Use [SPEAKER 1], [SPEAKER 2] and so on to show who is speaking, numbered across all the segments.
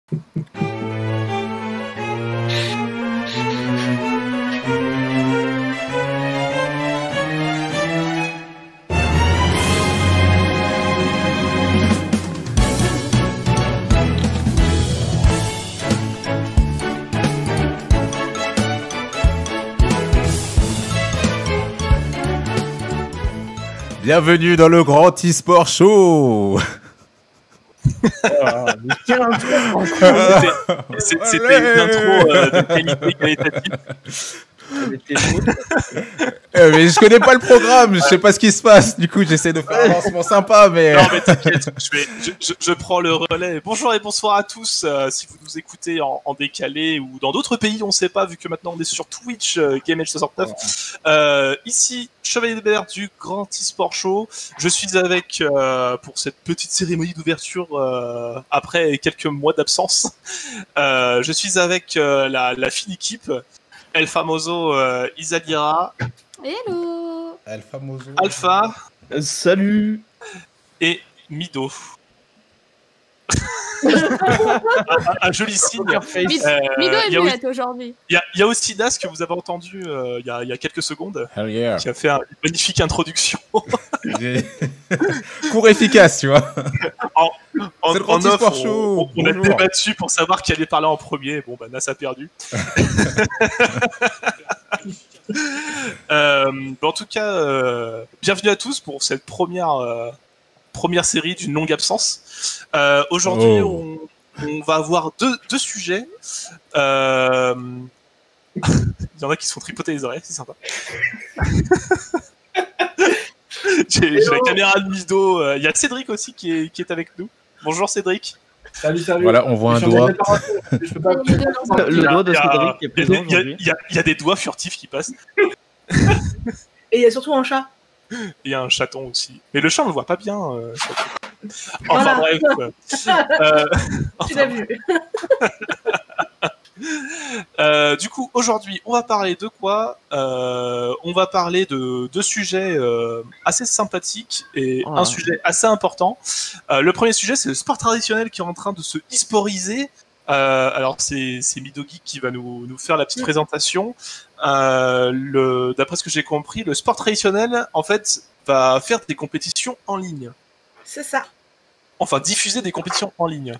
[SPEAKER 1] Bienvenue dans le Grand e-sport show.
[SPEAKER 2] C'était une intro de qualité qualitative.
[SPEAKER 1] Mais je connais pas le programme, je sais pas ce qui se passe. Du coup, j'essaie de faire un lancement sympa, mais...
[SPEAKER 2] Non, mais t'inquiète, je prends le relais. Bonjour et bonsoir à tous. Si vous nous écoutez en décalé ou dans d'autres pays, on sait pas, vu que maintenant on est sur Twitch, GameEdge69. Ici, Chevalier de Bert du Grand e-sport show. Je suis avec, pour cette petite cérémonie d'ouverture, après quelques mois d'absence, je suis avec la fine équipe. El Famoso Isadira.
[SPEAKER 3] Hello.
[SPEAKER 1] El Famoso.
[SPEAKER 2] Alpha.
[SPEAKER 4] Salut.
[SPEAKER 2] Et Mido. un joli signe.
[SPEAKER 3] Mido est muette aujourd'hui.
[SPEAKER 2] Il y a aussi Das que vous avez entendu il y a quelques secondes.
[SPEAKER 1] Hell yeah.
[SPEAKER 2] Qui a fait une magnifique introduction.
[SPEAKER 1] Court efficace, tu vois.
[SPEAKER 2] En
[SPEAKER 1] C'est le Grand e-sport show.
[SPEAKER 2] On a débattu pour savoir qui allait parler en premier. Bon, bah, Nas a perdu. En tout cas, bienvenue à tous pour cette première série d'une longue absence. Aujourd'hui, on va avoir deux sujets. Il y en a qui se font tripoter les oreilles, c'est sympa. J'ai la caméra de Mido. Il y a Cédric aussi qui est avec nous. Bonjour Cédric.
[SPEAKER 5] Salut.
[SPEAKER 1] Voilà, on voit un doigt.
[SPEAKER 4] Le doigt de Cédric qui est présent aujourd'hui.
[SPEAKER 2] Il y a des doigts furtifs qui passent.
[SPEAKER 5] Et il y a surtout un chat.
[SPEAKER 2] Il y a un chaton aussi. Mais le chat, on le voit pas bien.
[SPEAKER 5] Voilà.
[SPEAKER 2] Bref.
[SPEAKER 5] Tu l'as vu.
[SPEAKER 2] Du coup, aujourd'hui, on va parler de quoi on va parler de deux sujets assez sympathiques et un sujet assez important. Le premier sujet, c'est le sport traditionnel qui est en train de se e-sporiser. Alors, c'est Midogeek qui va nous faire la petite présentation. D'après ce que j'ai compris, le sport traditionnel, en fait, va faire des compétitions en ligne.
[SPEAKER 5] C'est ça.
[SPEAKER 2] Enfin, diffuser des compétitions en ligne.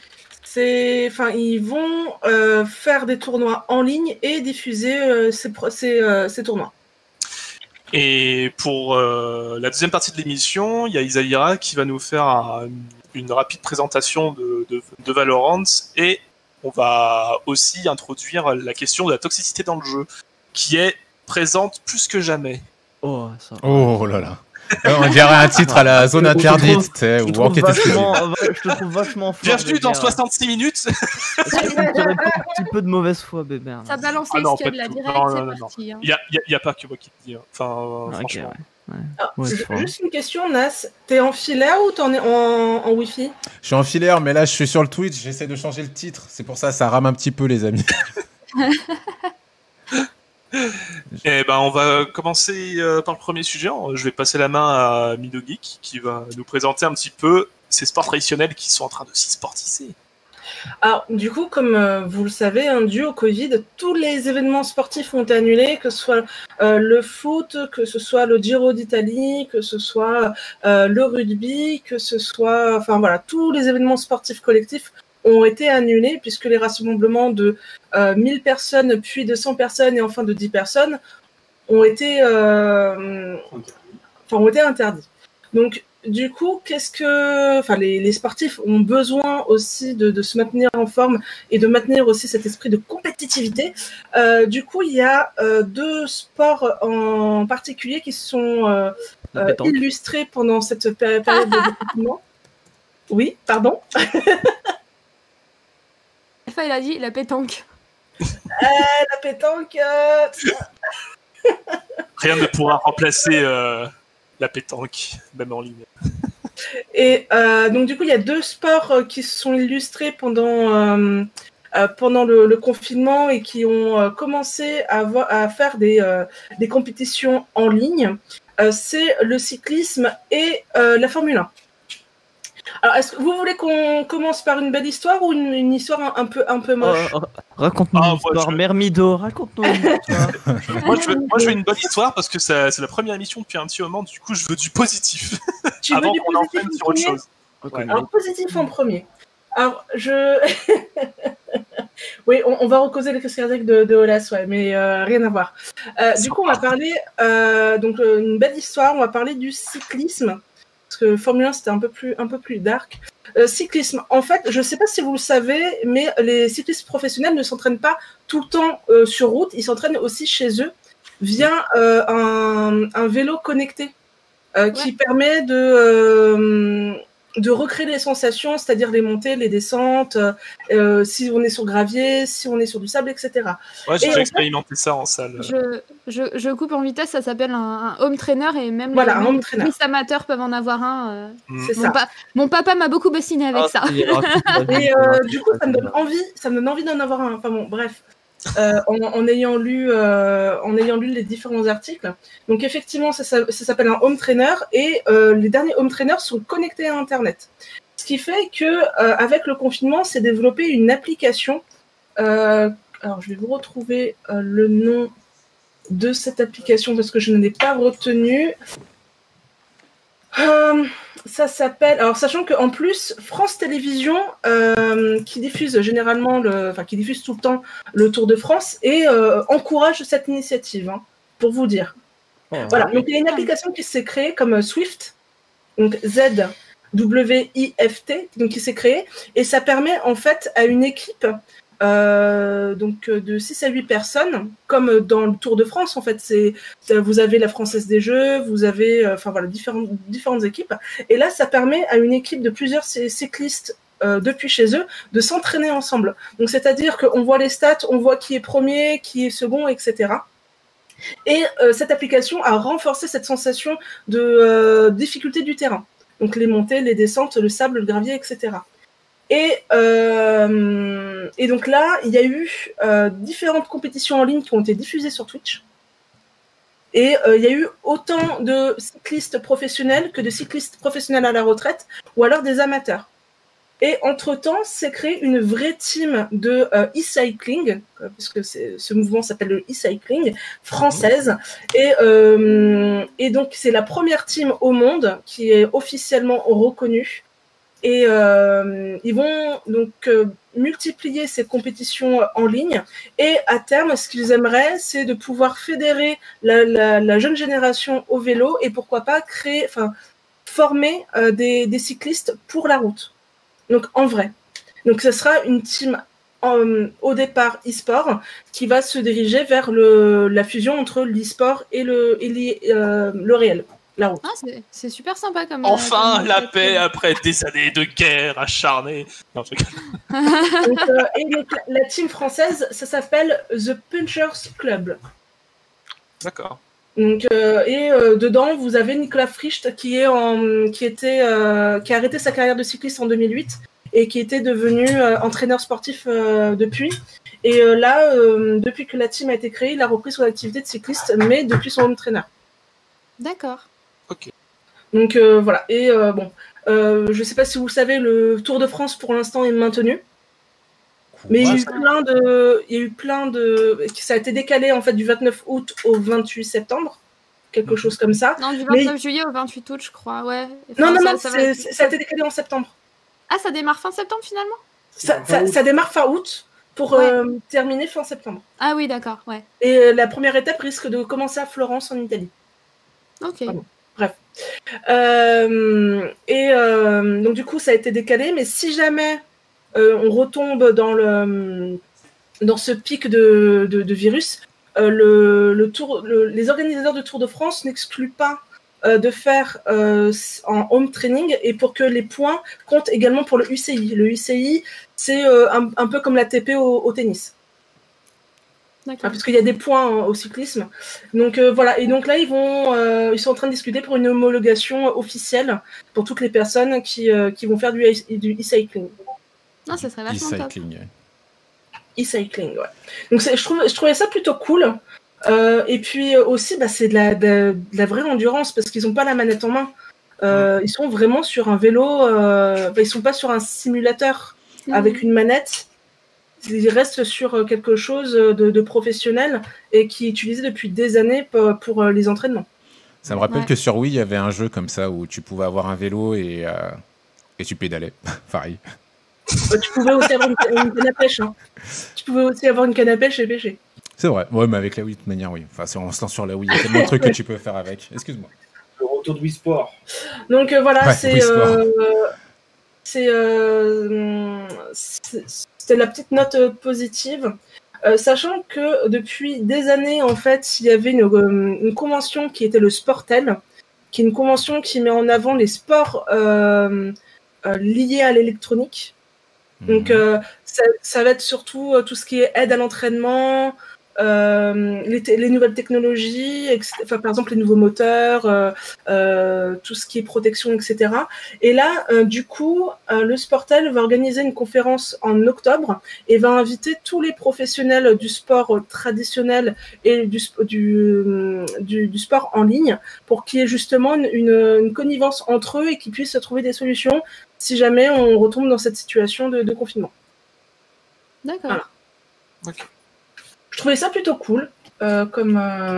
[SPEAKER 5] Ils vont faire des tournois en ligne et diffuser ces tournois.
[SPEAKER 2] Et pour la deuxième partie de l'émission, il y a Isadira qui va nous faire une rapide présentation de Valorant, et on va aussi introduire la question de la toxicité dans le jeu, qui est présente plus que jamais.
[SPEAKER 4] Oh, ça.
[SPEAKER 1] Oh là là. On dirait un titre à la zone interdite, tu sais, ou enquête exclusive.
[SPEAKER 4] Je te trouve vachement fort.
[SPEAKER 2] Bienvenue dans 66 minutes.
[SPEAKER 4] Est-ce que tu aurais pas un petit peu de mauvaise foi, bébé?
[SPEAKER 3] Ça balance les
[SPEAKER 2] non,
[SPEAKER 3] scud là direct, c'est parti. Hein.
[SPEAKER 2] Il y a pas que moi qui le dis. Enfin, franchement.
[SPEAKER 5] Juste une question, Nas. T'es en filaire ou t'es en Wi-Fi?
[SPEAKER 1] Je suis en filaire, mais là, je suis sur le Twitch, j'essaie de changer le titre. C'est pour ça rame un petit peu, les amis.
[SPEAKER 2] Eh ben, on va commencer par le premier sujet. Je vais passer la main à Midogeek qui va nous présenter un petit peu ces sports traditionnels qui sont en train de s'e-sportiser.
[SPEAKER 5] Alors, du coup, comme vous le savez, dû au Covid, tous les événements sportifs ont été annulés, que ce soit le foot, que ce soit le Giro d'Italie, que ce soit le rugby, que ce soit... Enfin, voilà, tous les événements sportifs collectifs ont été annulés puisque les rassemblements de 1000 personnes, puis de 100 personnes et enfin de 10 personnes ont été interdits. Donc, du coup, les sportifs ont besoin aussi de se maintenir en forme et de maintenir aussi cet esprit de compétitivité. Du coup, il y a deux sports en particulier qui sont illustrés pendant cette période de confinement. Oui, pardon.
[SPEAKER 3] Il a dit la pétanque.
[SPEAKER 5] La pétanque.
[SPEAKER 2] Rien ne pourra remplacer la pétanque, même en ligne.
[SPEAKER 5] Et donc du coup, il y a deux sports qui se sont illustrés pendant le confinement et qui ont commencé à faire des compétitions en ligne. C'est le cyclisme et la Formule 1. Alors, est-ce que vous voulez qu'on commence par une belle histoire ou une histoire un peu moche?
[SPEAKER 4] Raconte-nous une histoire, Mermido, raconte-nous une histoire.
[SPEAKER 2] Moi, je veux une bonne histoire parce que c'est la première émission depuis un petit moment, du coup, je veux du positif.
[SPEAKER 5] Tu veux
[SPEAKER 2] avant
[SPEAKER 5] du
[SPEAKER 2] qu'on
[SPEAKER 5] positif
[SPEAKER 2] enchaîne
[SPEAKER 5] en
[SPEAKER 2] sur autre
[SPEAKER 5] premier?
[SPEAKER 2] chose.
[SPEAKER 5] Ouais. Alors, positif en premier. Alors, oui, on va recauser les crises cardiaques de Olas, ouais, mais rien à voir. Du coup, on va parler une belle histoire. On va parler du cyclisme, parce que Formule 1 c'était un peu plus dark. Cyclisme. En fait, je ne sais pas si vous le savez, mais les cyclistes professionnels ne s'entraînent pas tout le temps sur route. Ils s'entraînent aussi chez eux via un vélo connecté qui permet de recréer les sensations, c'est-à-dire les montées, les descentes, si on est sur gravier, si on est sur du sable, etc.
[SPEAKER 2] Ouais, j'ai expérimenté ça en salle.
[SPEAKER 3] Je coupe en vitesse, ça s'appelle un home trainer et même les amateurs peuvent en avoir un.
[SPEAKER 5] C'est ça.
[SPEAKER 3] Mon papa m'a beaucoup bassiné avec ça.
[SPEAKER 5] Et du coup, ça me donne envie d'en avoir un. Enfin bon, bref. En ayant lu les différents articles. Donc effectivement, ça s'appelle un home trainer et les derniers home trainers sont connectés à Internet. Ce qui fait que avec le confinement, s'est développé une application. Alors je vais vous retrouver le nom de cette application parce que je ne l'ai pas retenu. Ça s'appelle. Alors, sachant qu'en plus, France Télévisions, qui diffuse généralement, qui diffuse tout le temps le Tour de France, et encourage cette initiative, hein, pour vous dire. Voilà. Donc, il y a une application qui s'est créée comme Zwift, donc ZWIFT, donc qui s'est créée, et ça permet en fait à une équipe. Donc de 6 à 8 personnes, comme dans le Tour de France, en fait, vous avez la Française des Jeux, vous avez différentes équipes, et là ça permet à une équipe de plusieurs cyclistes depuis chez eux de s'entraîner ensemble. Donc c'est-à-dire qu'on voit les stats, on voit qui est premier, qui est second, etc. Et cette application a renforcé cette sensation de difficulté du terrain, donc les montées, les descentes, le sable, le gravier, etc. Et donc là, il y a eu différentes compétitions en ligne qui ont été diffusées sur Twitch. Et il y a eu autant de cyclistes professionnels que de cyclistes professionnels à la retraite, ou alors des amateurs. Et entre-temps, s'est créé une vraie team de e-cycling, puisque ce mouvement s'appelle le e-cycling, française. Et donc, c'est la première team au monde qui est officiellement reconnue. Et ils vont donc multiplier ces compétitions en ligne. Et à terme, ce qu'ils aimeraient, c'est de pouvoir fédérer la jeune génération au vélo et pourquoi pas former des cyclistes pour la route. Donc en vrai. Donc ce sera une team au départ e-sport qui va se diriger vers la fusion entre l'e-sport et le réel. La route.
[SPEAKER 3] Ah, c'est super sympa comme.
[SPEAKER 2] Enfin, la paix après des années de guerre acharnée. Non,
[SPEAKER 5] donc, la team française, ça s'appelle The Punchers Club.
[SPEAKER 2] D'accord.
[SPEAKER 5] Donc, dedans, vous avez Nicolas Fricht qui a arrêté sa carrière de cycliste en 2008 et qui était devenu entraîneur sportif depuis. Et là, depuis que la team a été créée, il a repris son activité de cycliste, mais depuis son home trainer.
[SPEAKER 3] D'accord.
[SPEAKER 2] Ok.
[SPEAKER 5] Donc voilà. Et je sais pas si vous le savez, le Tour de France pour l'instant est maintenu. Mais il y a eu plein de. Ça a été décalé en fait du 29 août au 28 septembre. Quelque chose comme ça.
[SPEAKER 3] Non, du 29 juillet au 28 août, je crois, ouais.
[SPEAKER 5] Enfin, non, ça a été décalé en septembre.
[SPEAKER 3] Ah, ça démarre fin septembre finalement ?
[SPEAKER 5] Ça démarre fin août pour terminer fin septembre.
[SPEAKER 3] Ah oui, d'accord, ouais.
[SPEAKER 5] Et la première étape risque de commencer à Florence en Italie.
[SPEAKER 3] Ok.
[SPEAKER 5] Pardon. Bref. Donc du coup, ça a été décalé, mais si jamais on retombe dans ce pic de virus, les organisateurs de Tour de France n'excluent pas de faire en home training et pour que les points comptent également pour le UCI. Le UCI, c'est un peu comme l'ATP au tennis. Parce qu'il y a des points au cyclisme. Donc voilà. Et donc là, ils sont en train de discuter pour une homologation officielle pour toutes les personnes qui vont faire du e-cycling.
[SPEAKER 3] Non, ça serait vachement top.
[SPEAKER 5] E-cycling, ouais. Donc je trouvais ça plutôt cool. Et puis aussi, c'est de la vraie endurance parce qu'ils n'ont pas la manette en main. Ils sont vraiment sur un vélo. Ils sont pas sur un simulateur avec une manette. Ils restent sur quelque chose de professionnel et qui est utilisé depuis des années pour les entraînements.
[SPEAKER 1] Ça me rappelle que sur Wii, il y avait un jeu comme ça où tu pouvais avoir un vélo et tu pédalais. Pareil.
[SPEAKER 5] Tu pouvais aussi avoir une canne à pêche. Hein. Tu pouvais aussi avoir une canne à pêche et pêcher.
[SPEAKER 1] C'est vrai. Ouais, mais avec la Wii, de toute manière, oui. Enfin, si on se lance sur la Wii, il y a tellement de trucs que tu peux faire avec. Excuse-moi.
[SPEAKER 6] Le retour de Wii Sport.
[SPEAKER 5] Donc voilà, c'était la petite note positive. Sachant que depuis des années, en fait, il y avait une convention qui était le Sportel, qui est une convention qui met en avant les sports liés à l'électronique. Donc, ça va être surtout tout ce qui est aide à l'entraînement, les nouvelles technologies, enfin, par exemple les nouveaux moteurs, tout ce qui est protection, etc. Et là, du coup, le Sportel va organiser une conférence en octobre et va inviter tous les professionnels du sport traditionnel et du sport en ligne pour qu'il y ait justement une connivence entre eux et qu'ils puissent trouver des solutions si jamais on retombe dans cette situation de confinement.
[SPEAKER 3] D'accord.
[SPEAKER 5] Voilà.
[SPEAKER 2] Okay.
[SPEAKER 5] Je trouvais ça plutôt cool comme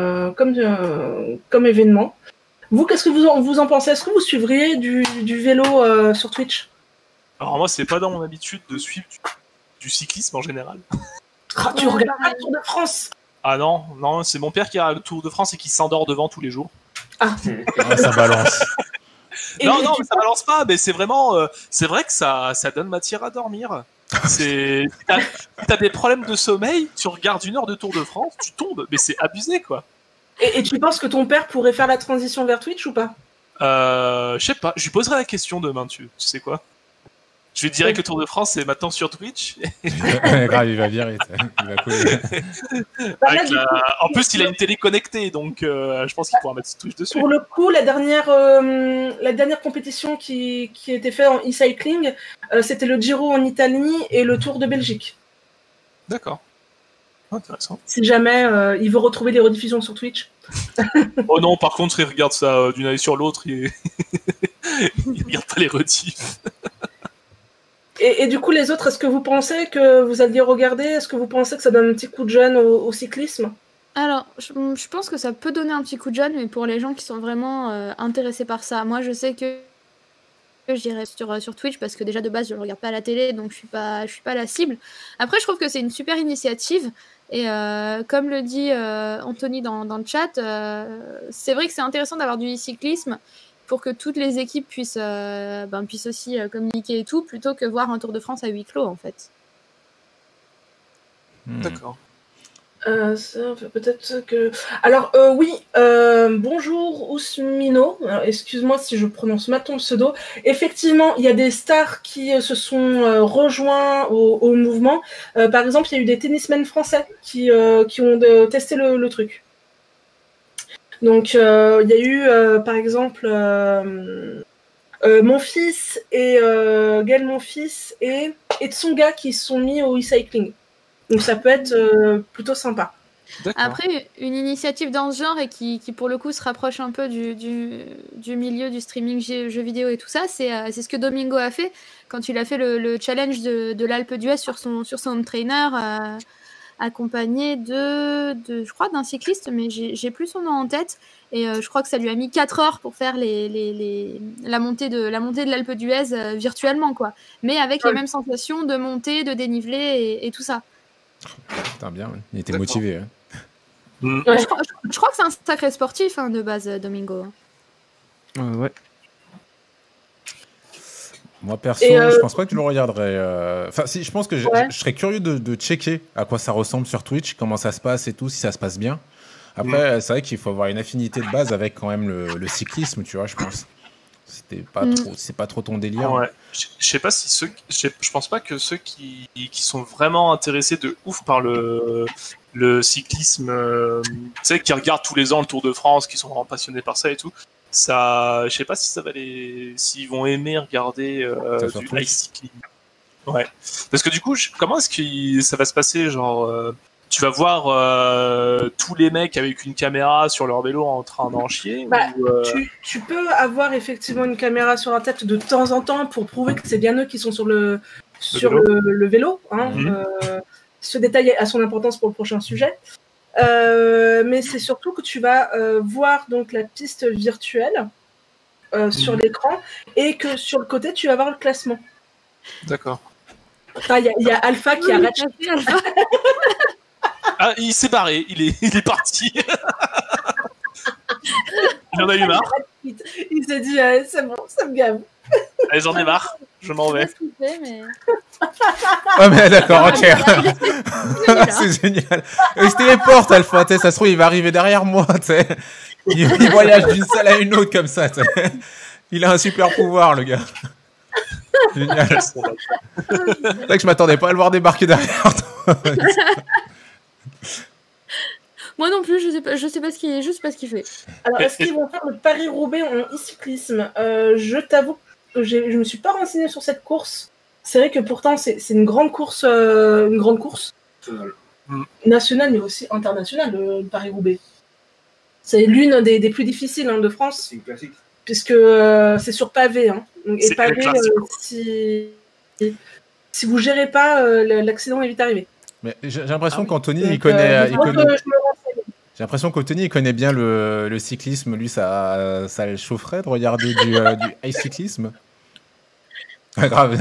[SPEAKER 5] événement. Vous, qu'est-ce que vous en pensez? Est-ce que vous suivriez du vélo sur Twitch?
[SPEAKER 2] Alors moi, c'est pas dans mon habitude de suivre du cyclisme en général.
[SPEAKER 5] Ah, tu regardes pas le Tour de France?
[SPEAKER 2] Ah non, c'est mon père qui a le Tour de France et qui s'endort devant tous les jours.
[SPEAKER 5] Ah,
[SPEAKER 1] ça balance.
[SPEAKER 2] Non, mais ça balance pas, mais c'est vraiment... c'est vrai que ça donne matière à dormir. T'as des problèmes de sommeil, tu regardes 1 heure de Tour de France, tu tombes, mais c'est abusé, quoi.
[SPEAKER 5] Et tu penses que ton père pourrait faire la transition vers Twitch ou pas?
[SPEAKER 2] Je sais pas, je lui poserai la question demain, tu sais quoi. Je lui dirai que Tour de France est maintenant sur Twitch.
[SPEAKER 1] Grave, il va virer, il va couler.
[SPEAKER 2] En plus, il a une télé connectée, donc je pense qu'il pourra mettre Twitch dessus.
[SPEAKER 5] Pour le coup, la dernière compétition qui était faite en e-cycling, c'était le Giro en Italie et le Tour de Belgique.
[SPEAKER 2] D'accord. Intéressant.
[SPEAKER 5] Si jamais il veut retrouver les rediffusions sur Twitch.
[SPEAKER 2] Oh non, par contre, il regarde ça d'une année sur l'autre, il regarde pas les rediffs.
[SPEAKER 5] Et du coup, les autres, est-ce que vous pensez que vous alliez regarder? Est-ce que vous pensez que ça donne un petit coup de jeune au cyclisme?
[SPEAKER 3] Alors, je pense que ça peut donner un petit coup de jeune, mais pour les gens qui sont vraiment intéressés par ça. Moi, je sais que j'irai sur Twitch parce que déjà de base, je ne regarde pas à la télé, donc je suis pas la cible. Après, je trouve que c'est une super initiative. Et comme le dit Anthony dans le chat, c'est vrai que c'est intéressant d'avoir du cyclisme pour que toutes les équipes puissent aussi communiquer et tout, plutôt que voir un Tour de France à huis clos, en fait.
[SPEAKER 2] D'accord.
[SPEAKER 5] Peut-être que... Alors, oui, bonjour Ousmino. Excuse-moi si je prononce mal ton pseudo. Effectivement, il y a des stars qui se sont rejoints au mouvement. Par exemple, il y a eu des tennismen français qui ont testé le truc. Donc, il y a eu, par exemple, mon fils et Gaël Monfils et Tsonga qui se sont mis au e-cycling. Donc, ça peut être plutôt sympa.
[SPEAKER 3] Après, une initiative dans ce genre et qui pour le coup se rapproche un peu du milieu du streaming jeux vidéo et tout ça, c'est ce que Domingo a fait quand il a fait le challenge de l'Alpe d'Huez sur son home trainer, accompagné je crois d'un cycliste, mais j'ai plus son nom en tête. Et je crois que ça lui a mis 4 heures pour faire la montée de l'Alpe d'Huez virtuellement, quoi. Mais avec les mêmes sensations de montée, de dénivelé et tout ça.
[SPEAKER 1] Putain, bien, il était motivé. Hein.
[SPEAKER 3] Ouais. Je crois que c'est un sacré sportif de base, Domingo.
[SPEAKER 4] Ouais.
[SPEAKER 1] Moi perso, je pense pas que je le regarderais. Enfin, si, je pense que je serais curieux de checker à quoi ça ressemble sur Twitch, comment ça se passe et tout, si ça se passe bien. Après, c'est vrai qu'il faut avoir une affinité de base avec quand même le cyclisme, tu vois, je pense. C'est pas trop ton délire.
[SPEAKER 2] Ouais. Je sais pas si je pense pas que ceux qui sont vraiment intéressés de ouf par le cyclisme, tu sais, qui regardent tous les ans le Tour de France, qui sont vraiment passionnés par ça et tout, ça, je sais pas si ça va s'ils vont aimer regarder du ice cycling. Ouais. Parce que du coup, comment est-ce que ça va se passer, genre tu vas voir tous les mecs avec une caméra sur leur vélo en train d'en chier
[SPEAKER 5] tu peux avoir effectivement une caméra sur la tête de temps en temps pour prouver que c'est bien eux qui sont sur le vélo. Hein. Ce détail a son importance pour le prochain sujet. Mais c'est surtout que tu vas voir donc la piste virtuelle sur l'écran et que sur le côté, tu vas voir le classement.
[SPEAKER 2] D'accord.
[SPEAKER 5] Enfin, il y a Alpha qui arrête.
[SPEAKER 2] Ah, il s'est barré, il est parti. Il en a eu marre.
[SPEAKER 5] Il s'est dit, c'est bon, ça me gave.
[SPEAKER 2] Allez, j'en ai marre, je m'en vais.
[SPEAKER 1] Ah, mais d'accord, ok. C'est génial. Il se téléporte, Alpha, ça se trouve, il va arriver derrière moi, t'sais. Il voyage d'une salle à une autre comme ça, t'sais. Il a un super pouvoir, le gars. Génial. C'est vrai que je m'attendais pas à le voir débarquer derrière toi.
[SPEAKER 3] Moi non plus, je sais pas ce qu'il fait.
[SPEAKER 5] Alors, est-ce qu'ils vont faire le Paris-Roubaix en e-cyclisme? Je t'avoue que je me suis pas renseignée sur cette course. C'est vrai que pourtant, c'est une grande course nationale, mais aussi internationale, le Paris-Roubaix. C'est l'une des plus difficiles de France.
[SPEAKER 6] C'est une classique.
[SPEAKER 5] Puisque c'est sur pavé. Hein. Et pavé, si vous gérez pas, l'accident est vite arrivé.
[SPEAKER 1] Mais j'ai l'impression qu'Anthony, il connaît. J'ai l'impression qu'Anthony, il connaît bien le cyclisme. Lui, ça le chaufferait de regarder du ice-cyclisme. Pas grave.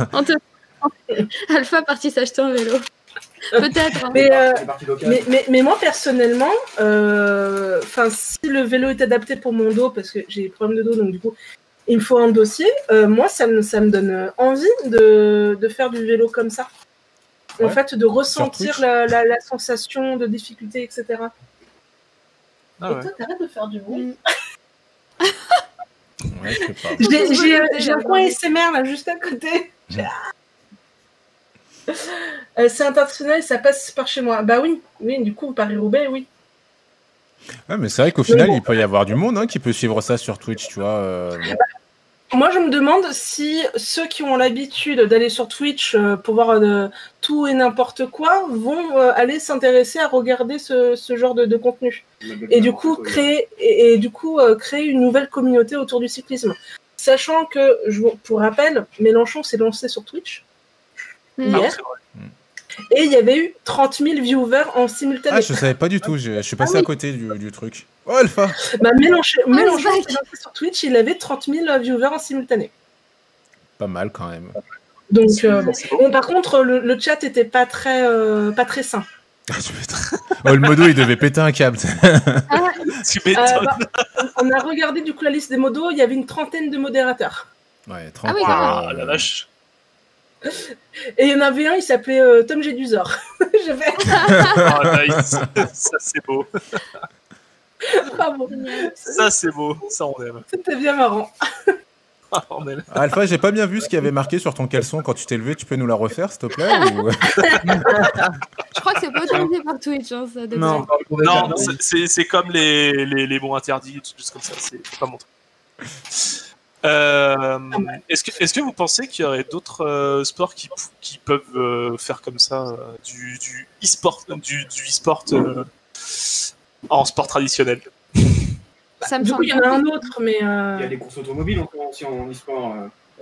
[SPEAKER 3] Alpha parti s'acheter un vélo. Peut-être. Hein.
[SPEAKER 5] Mais moi, personnellement, si le vélo est adapté pour mon dos, parce que j'ai des problèmes de dos, donc du coup, il me faut un dossier, moi, ça me donne envie de faire du vélo comme ça. Ouais. En fait, de ressentir la sensation de difficulté, etc.
[SPEAKER 2] Ah,
[SPEAKER 5] et toi, t'arrêtes de faire du bruit.
[SPEAKER 1] Ouais, je sais pas.
[SPEAKER 5] J'ai un coin SMR là, juste à côté. C'est international, ça passe par chez moi. Bah oui, du coup, Paris-Roubaix, oui.
[SPEAKER 1] Ouais, mais c'est vrai qu'au final, il peut y avoir du monde qui peut suivre ça sur Twitch, tu vois.
[SPEAKER 5] Moi, je me demande si ceux qui ont l'habitude d'aller sur Twitch pour voir tout et n'importe quoi vont aller s'intéresser à regarder ce genre de contenu. Et du coup, créer une nouvelle communauté autour du cyclisme. Sachant que, pour rappel, Mélenchon s'est lancé sur Twitch hier. Et il y avait eu 30 000 viewers en simultané.
[SPEAKER 1] Ah, je savais pas du tout, je suis passé à côté du truc. Oh, Alpha!
[SPEAKER 5] Mélenchon s'est lancé sur Twitch, il avait 30 000 viewers en simultané.
[SPEAKER 1] Pas mal quand même.
[SPEAKER 5] Donc, bon, par contre, le chat était pas très sain.
[SPEAKER 1] Le modo, il devait péter un câble.
[SPEAKER 2] Tu m'étonnes.
[SPEAKER 5] On a regardé du coup la liste des modos, il y avait une trentaine de modérateurs.
[SPEAKER 1] Ouais, 30.
[SPEAKER 2] Ah la vache.
[SPEAKER 5] Et il y en avait un, il s'appelait Tom Jedusor. Je vais.
[SPEAKER 2] Nice. Ça c'est beau.
[SPEAKER 5] Bravo.
[SPEAKER 2] Ça c'est beau, ça on aime.
[SPEAKER 5] C'était bien marrant.
[SPEAKER 1] Alpha, j'ai pas bien vu ce qui avait marqué sur ton caleçon quand tu t'es levé. Tu peux nous la refaire, s'il te plaît ou...
[SPEAKER 3] Je crois que c'est pas autorisé par Twitch. Hein, ça,
[SPEAKER 2] non, c'est comme les mots interdits, juste comme ça. C'est pas mon truc. Est-ce que vous pensez qu'il y aurait d'autres sports qui peuvent faire comme ça du e-sport, du e-sport en sport traditionnel?
[SPEAKER 5] Ça me semble. Il y en a un autre, mais.
[SPEAKER 6] Il y a des courses automobiles aussi en e-sport.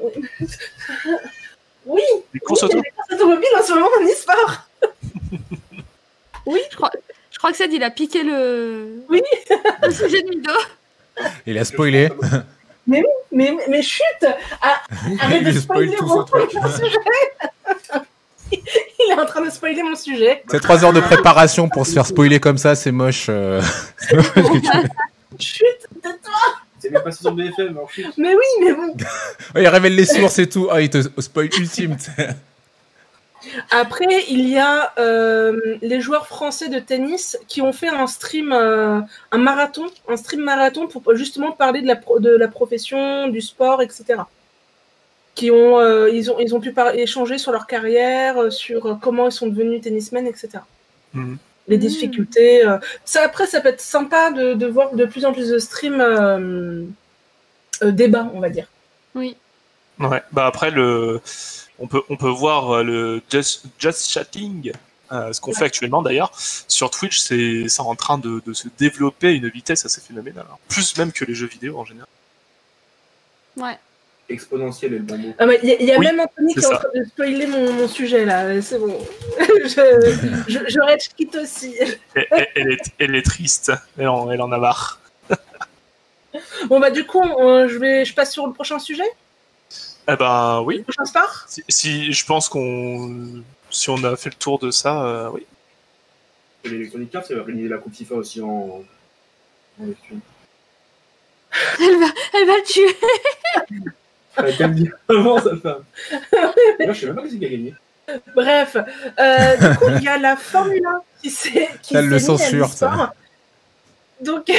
[SPEAKER 5] Oui.
[SPEAKER 2] Des courses
[SPEAKER 5] automobiles en ce moment en e-sport.
[SPEAKER 3] Oui, je crois que Ced, il a piqué le sujet de Mido.
[SPEAKER 1] Il a spoilé.
[SPEAKER 5] Mais chut! Arrête de spoiler mon sujet! Il est en train de spoiler mon sujet.
[SPEAKER 1] C'est 3 heures de préparation pour se faire spoiler comme ça, c'est moche.
[SPEAKER 5] Chut, tais-toi!
[SPEAKER 6] C'est bien passé sur BFM, alors chut.
[SPEAKER 5] Mais oui, mais bon.
[SPEAKER 1] Il révèle les sources et tout. Il te spoil ultime.
[SPEAKER 5] Après, il y a les joueurs français de tennis qui ont fait un stream marathon pour justement parler de la profession, du sport, etc. Ils ont pu échanger sur leur carrière, sur comment ils sont devenus tennismen, etc. Les difficultés. Après, ça peut être sympa de voir de plus en plus de streams débat, on va dire.
[SPEAKER 3] Oui.
[SPEAKER 2] Ouais. Bah après on peut voir le just chatting ce qu'on fait actuellement d'ailleurs, sur Twitch, c'est en train de se développer à une vitesse assez phénoménale. Hein. Plus même que les jeux vidéo en général.
[SPEAKER 3] Ouais.
[SPEAKER 6] Exponentiel est le bon mot.
[SPEAKER 5] Il y a
[SPEAKER 2] Oui,
[SPEAKER 5] même Anthony qui est en train de spoiler mon sujet là, c'est bon. je rage quitte aussi.
[SPEAKER 2] Elle est triste, elle en a marre.
[SPEAKER 5] Bon bah du coup, je passe sur le prochain sujet.
[SPEAKER 2] Eh ben oui.
[SPEAKER 5] Le prochain sport.
[SPEAKER 2] Si je pense si on a fait le tour de ça, oui.
[SPEAKER 6] Et l'Electronic Arts, ça va organiser la Coupe FIFA aussi en stream.
[SPEAKER 3] Elle va le tuer.
[SPEAKER 6] Qu'elle me dit avant sa femme. Moi, je sais même pas qui c'est qui a gagné.
[SPEAKER 5] Bref, du coup, il y a la Formule 1 qui s'est
[SPEAKER 1] le censure,
[SPEAKER 5] ça. Donc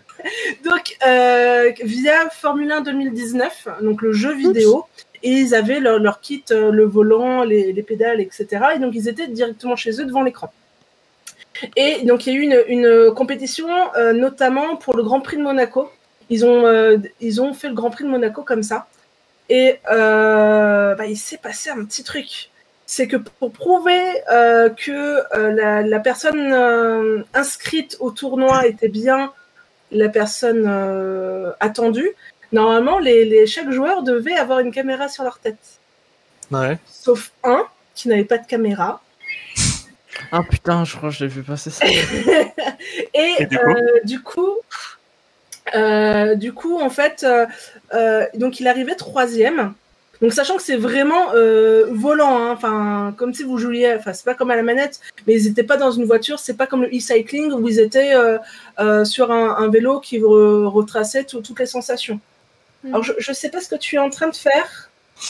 [SPEAKER 5] via Formule 1 2019, donc le jeu vidéo, et ils avaient leur kit, le volant, les pédales, etc. Et donc ils étaient directement chez eux devant l'écran. Et donc il y a eu une compétition, notamment pour le Grand Prix de Monaco. Ils ont fait le Grand Prix de Monaco comme ça. Et il s'est passé un petit truc. C'est que pour prouver que la personne inscrite au tournoi était bien la personne attendue, normalement, chaque joueur devait avoir une caméra sur leur tête.
[SPEAKER 2] Ouais.
[SPEAKER 5] Sauf un qui n'avait pas de caméra.
[SPEAKER 4] Ah putain, je crois que je l'ai vu passer ça.
[SPEAKER 5] Et du coup, en fait, donc il arrivait 3e. Donc sachant que c'est vraiment volant, hein, enfin comme si vous jouiez, enfin c'est pas comme à la manette, mais ils étaient pas dans une voiture, c'est pas comme le e-cycling où ils étaient sur un vélo qui retraçait toutes les sensations. Alors je sais pas ce que tu es en train de faire.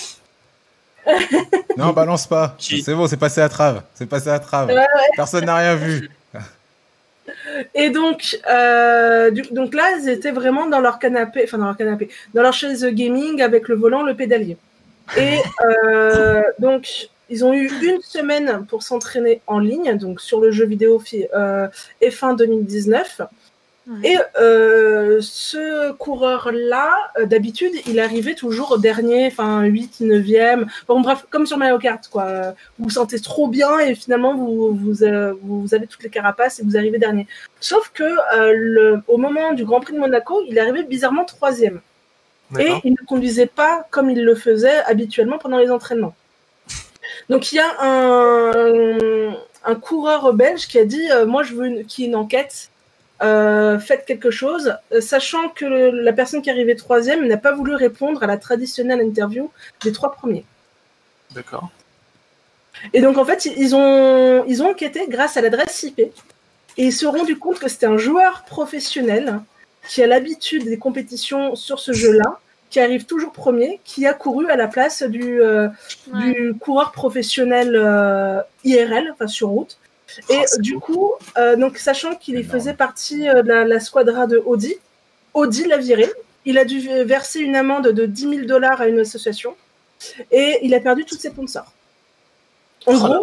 [SPEAKER 1] Non, balance pas. C'est bon, c'est passé à trave.
[SPEAKER 5] Ouais.
[SPEAKER 1] Personne n'a rien vu.
[SPEAKER 5] Et donc là, ils étaient vraiment dans leur canapé, dans leur chaise gaming avec le volant, le pédalier. Et donc, ils ont eu une semaine pour s'entraîner en ligne, donc sur le jeu vidéo F1 2019. Ouais. Et ce coureur-là, d'habitude, il arrivait toujours dernier, 8, 9e. Bon, bref, comme sur Mario Kart, quoi. Vous vous sentez trop bien et finalement, vous avez toutes les carapaces et vous arrivez dernier. Sauf que au moment du Grand Prix de Monaco, il arrivait bizarrement 3e. Et il ne conduisait pas comme il le faisait habituellement pendant les entraînements. Donc, il y a un coureur belge qui a dit moi, je veux qu'il y ait une enquête. Faites quelque chose, sachant que la personne qui arrivait 3e n'a pas voulu répondre à la traditionnelle interview des 3 premiers.
[SPEAKER 2] D'accord.
[SPEAKER 5] Et donc, en fait, ils ont enquêté grâce à l'adresse IP et ils se sont rendus compte que c'était un joueur professionnel qui a l'habitude des compétitions sur ce jeu-là, qui arrive toujours premier, qui a couru à la place du coureur professionnel IRL, enfin sur route. Et du coup, donc, sachant qu'il faisait partie de la squadra de Audi l'a viré. Il a dû verser une amende de $10 000 à une association et il a perdu tous ses sponsors. En gros,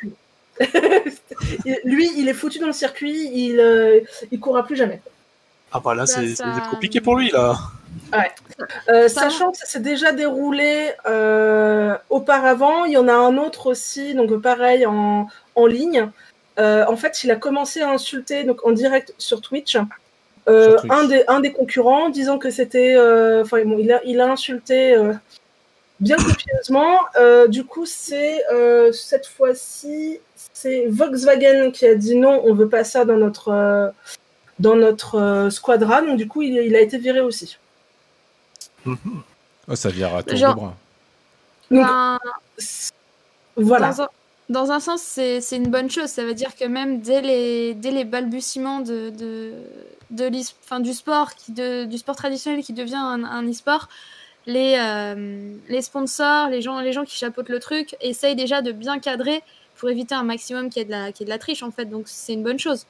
[SPEAKER 5] lui, il est foutu dans le circuit, il courra plus jamais.
[SPEAKER 2] Ah bah là, c'est compliqué pour lui, là.
[SPEAKER 5] Ouais. Sachant que ça s'est déjà déroulé auparavant, il y en a un autre aussi, donc pareil, en ligne. En fait, il a commencé à insulter donc en direct sur Twitch, un des concurrents, disant que c'était, il a insulté bien copieusement. Du coup, c'est cette fois-ci, c'est Volkswagen qui a dit non, on veut pas ça dans notre squadra. Donc du coup, il a été viré aussi.
[SPEAKER 1] Oh, ça vire à tour de bras.
[SPEAKER 5] Donc, voilà.
[SPEAKER 3] Dans un sens, c'est une bonne chose. Ça veut dire que même dès les balbutiements du sport, du sport traditionnel qui devient un e-sport, les sponsors, les gens qui chapeautent le truc, essayent déjà de bien cadrer pour éviter un maximum qu'il y ait de la triche, en fait. Donc, c'est une bonne chose.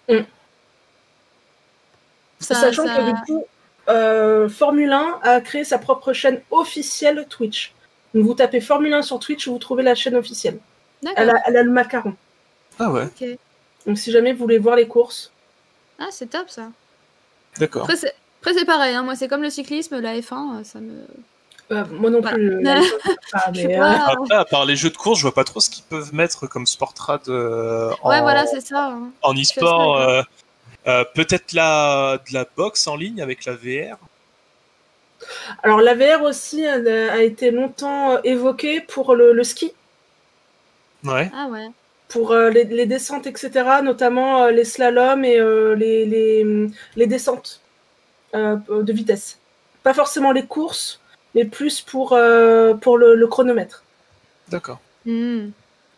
[SPEAKER 5] Sachant que du coup, Formule 1 a créé sa propre chaîne officielle Twitch. Donc, vous tapez Formule 1 sur Twitch, vous trouvez la chaîne officielle. Elle a le macaron.
[SPEAKER 2] Ah ouais.
[SPEAKER 3] Okay.
[SPEAKER 5] Donc si jamais vous voulez voir les courses.
[SPEAKER 3] Ah, c'est top ça.
[SPEAKER 2] D'accord.
[SPEAKER 3] Après c'est pareil, hein. Moi c'est comme le cyclisme, la F1, ça me...
[SPEAKER 5] Moi non plus.
[SPEAKER 2] Après, à part les jeux de course, je vois pas trop ce qu'ils peuvent mettre comme Sportrad
[SPEAKER 3] voilà, c'est ça.
[SPEAKER 2] En e-sport. Peut-être de la boxe en ligne avec la VR.
[SPEAKER 5] Alors la VR aussi a été longtemps évoquée pour le ski.
[SPEAKER 2] Ouais.
[SPEAKER 3] Ah ouais.
[SPEAKER 5] Pour les descentes, etc., notamment les slaloms et les descentes de vitesse. Pas forcément les courses, mais plus pour le chronomètre.
[SPEAKER 2] D'accord.
[SPEAKER 5] Oui,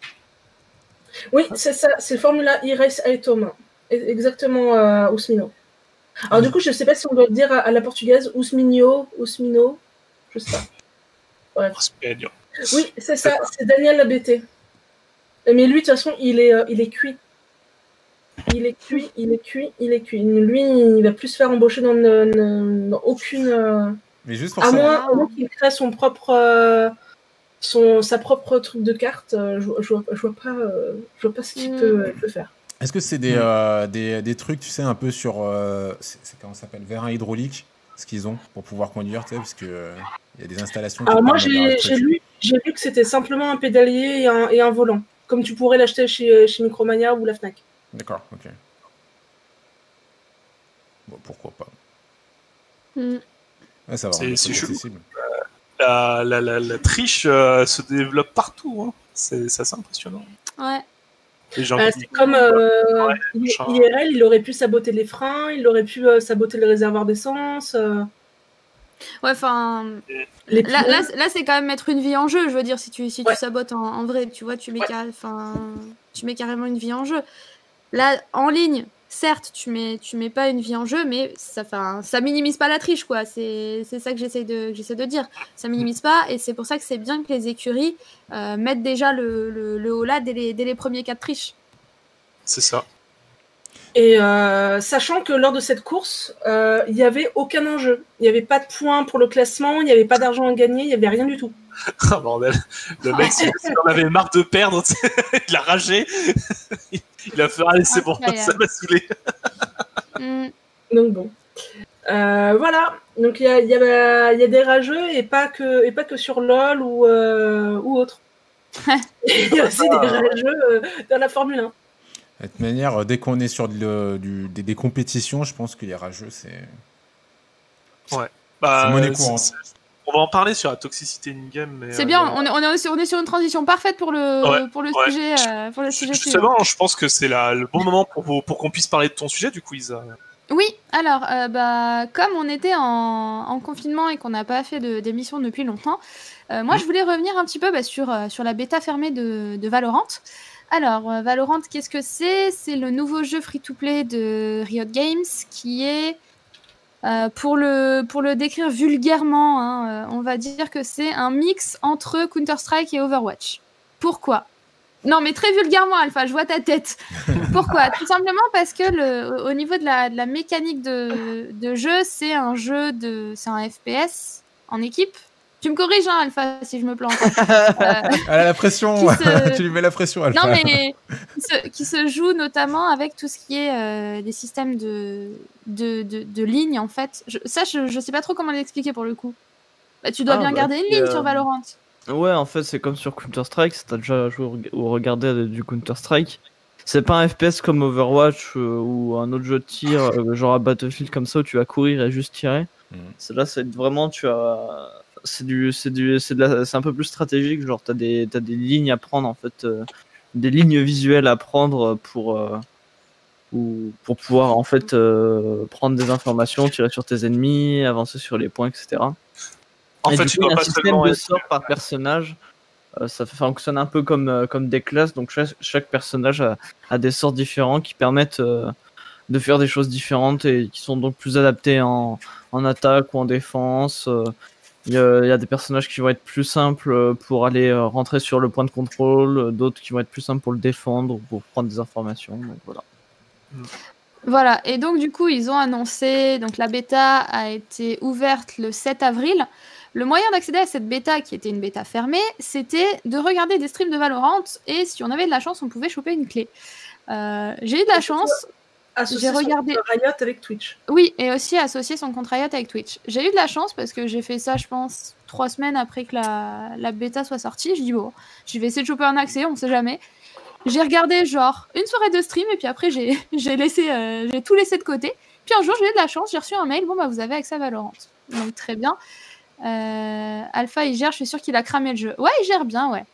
[SPEAKER 5] c'est ça, c'est Formula E-Race Aitoma. Exactement, Ousmino. Alors du coup, je sais pas si on doit le dire à la portugaise, Ousmino, je sais pas. Bref. Oui, c'est ça, c'est Daniel Labété. Mais lui, de toute façon, il est cuit. Il est cuit. Lui, il va plus se faire embaucher dans aucune...
[SPEAKER 1] Mais juste pour
[SPEAKER 5] à
[SPEAKER 1] ça.
[SPEAKER 5] moins qu'il crée sa propre truc de carte, je vois pas ce qu'il peut faire.
[SPEAKER 1] Est-ce que c'est des trucs, tu sais, un peu sur... c'est comment ça s'appelle, vérin hydraulique, ce qu'ils ont pour pouvoir conduire, tu sais, parce que il y a des installations...
[SPEAKER 5] Alors moi, j'ai lu que c'était simplement un pédalier et un volant, comme tu pourrais l'acheter chez Micromania ou la Fnac.
[SPEAKER 1] D'accord, ok. Bon, pourquoi pas. Ouais, ça va,
[SPEAKER 2] c'est
[SPEAKER 1] accessible.
[SPEAKER 2] La triche se développe partout, hein. C'est assez impressionnant.
[SPEAKER 3] Ouais.
[SPEAKER 5] C'est comme IRL, il aurait pu saboter les freins, il aurait pu saboter le réservoir d'essence.
[SPEAKER 3] Ouais, enfin. Là c'est quand même mettre une vie en jeu. Je veux dire, si tu sabotes en vrai, tu vois, tu mets carrément une vie en jeu. Là, en ligne, certes, tu mets pas une vie en jeu, mais ça minimise pas la triche, quoi. C'est ça que j'essaie de dire. Ça minimise pas, et c'est pour ça que c'est bien que les écuries mettent déjà le haut là dès les premiers cas de triche.
[SPEAKER 2] C'est ça.
[SPEAKER 5] Et sachant que lors de cette course, il n'y avait aucun enjeu. Il n'y avait pas de points pour le classement, il n'y avait pas d'argent à gagner, il n'y avait rien du tout.
[SPEAKER 2] Oh bordel. Le mec, s'il en avait marre de perdre, il a ragé. Il a fait allez, c'est bon, ça m'a saoulé.
[SPEAKER 5] Donc bon. Voilà. Donc il y a des rageux et pas que sur LoL ou autre. Il y a aussi des rageux dans la Formule 1.
[SPEAKER 1] De toute manière, dès qu'on est sur des compétitions, je pense que les rageux, c'est...
[SPEAKER 2] Ouais.
[SPEAKER 1] C'est monnaie courante.
[SPEAKER 2] On va en parler sur la toxicité in-game.
[SPEAKER 3] C'est bien, on est sur une transition parfaite pour le sujet.
[SPEAKER 2] Justement, je pense que c'est le bon moment pour qu'on puisse parler de ton sujet, du coup, Isa.
[SPEAKER 3] Oui, alors, comme on était en confinement et qu'on n'a pas fait d'émission depuis longtemps, moi, je voulais revenir un petit peu sur la bêta fermée de Valorant. Alors, Valorant, qu'est-ce que c'est ? C'est le nouveau jeu free-to-play de Riot Games qui est, pour le décrire vulgairement, on va dire que c'est un mix entre Counter-Strike et Overwatch. Pourquoi ? Non, mais très vulgairement, Alpha, je vois ta tête. Pourquoi ? Tout simplement parce que au niveau de la mécanique de jeu, c'est un FPS en équipe. Tu me corriges, hein, Alpha, si je me plante.
[SPEAKER 1] Elle a la pression. Tu lui mets la pression, Alpha.
[SPEAKER 3] Non, mais qui se joue notamment avec tout ce qui est des systèmes de lignes, en fait. Je sais pas trop comment l'expliquer pour le coup. Bah, tu dois bien garder une ligne sur Valorant.
[SPEAKER 4] Ouais, en fait, c'est comme sur Counter-Strike. Si t'as déjà joué ou regardé du Counter-Strike, c'est pas un FPS comme Overwatch ou un autre jeu de tir, genre à Battlefield comme ça où tu vas courir et juste tirer. Là, c'est vraiment, c'est un peu plus stratégique, genre t'as des lignes à prendre en fait, des lignes visuelles à prendre pour pouvoir en fait prendre des informations, tirer sur tes ennemis, avancer sur les points, etc.
[SPEAKER 2] En fait,
[SPEAKER 4] tu dois un système de sorts par personnage. Ça fonctionne un peu comme des classes, donc chaque personnage a des sorts différents qui permettent de faire des choses différentes et qui sont donc plus adaptés en attaque ou en défense. Il y a des personnages qui vont être plus simples pour aller rentrer sur le point de contrôle, d'autres qui vont être plus simples pour le défendre ou pour prendre des informations. Donc voilà.
[SPEAKER 3] Voilà, et donc du coup, ils ont annoncé, donc la bêta a été ouverte le 7 avril. Le moyen d'accéder à cette bêta, qui était une bêta fermée, c'était de regarder des streams de Valorant, et si on avait de la chance, on pouvait choper une clé. J'ai eu de la chance.
[SPEAKER 5] Associer son compte Riot avec Twitch.
[SPEAKER 3] Oui, et aussi associer son compte Riot avec Twitch. J'ai eu de la chance parce que j'ai fait ça, je pense, 3 semaines après que la bêta soit sortie. Je dis bon, je vais essayer de choper un accès, on sait jamais. J'ai regardé genre une soirée de stream et puis après j'ai tout laissé de côté. Puis un jour j'ai eu de la chance, j'ai reçu un mail, bon bah vous avez accès à Valorant. Donc très bien. Alpha il gère, je suis sûre qu'il a cramé le jeu. Ouais, il gère bien, ouais.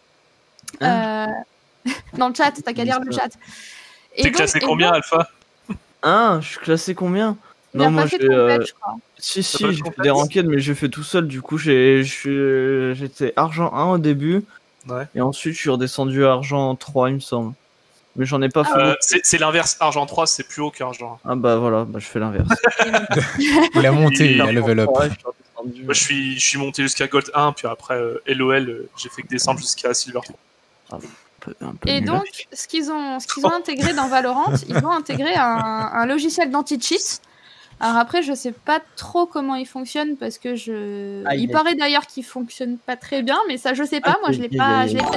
[SPEAKER 3] Dans le chat, t'as qu'à lire le chat.
[SPEAKER 2] T'es classé combien, Alpha?
[SPEAKER 4] Je suis classé combien?
[SPEAKER 3] Non, moi j'ai je crois.
[SPEAKER 4] Si, j'ai fait des ranked, mais j'ai fait tout seul. Du coup, j'étais argent 1 au début.
[SPEAKER 2] Ouais.
[SPEAKER 4] Et ensuite, je suis redescendu à argent 3, il me semble. Mais j'en ai pas fait.
[SPEAKER 2] C'est l'inverse. Argent 3, c'est plus haut qu'argent 1.
[SPEAKER 4] Ah bah voilà, je fais l'inverse.
[SPEAKER 1] Il a monté, il a level up.
[SPEAKER 2] Moi, je suis monté jusqu'à Gold 1, puis après, LOL, j'ai fait que descendre jusqu'à Silver 3.
[SPEAKER 3] Et donc, ce qu'ils ont intégré dans Valorant, ils ont intégré un logiciel d'anti-cheat. Alors après, je sais pas trop comment il fonctionne parce que il paraît d'ailleurs qu'il fonctionne pas très bien, mais ça je sais pas. Moi, je l'ai pas vu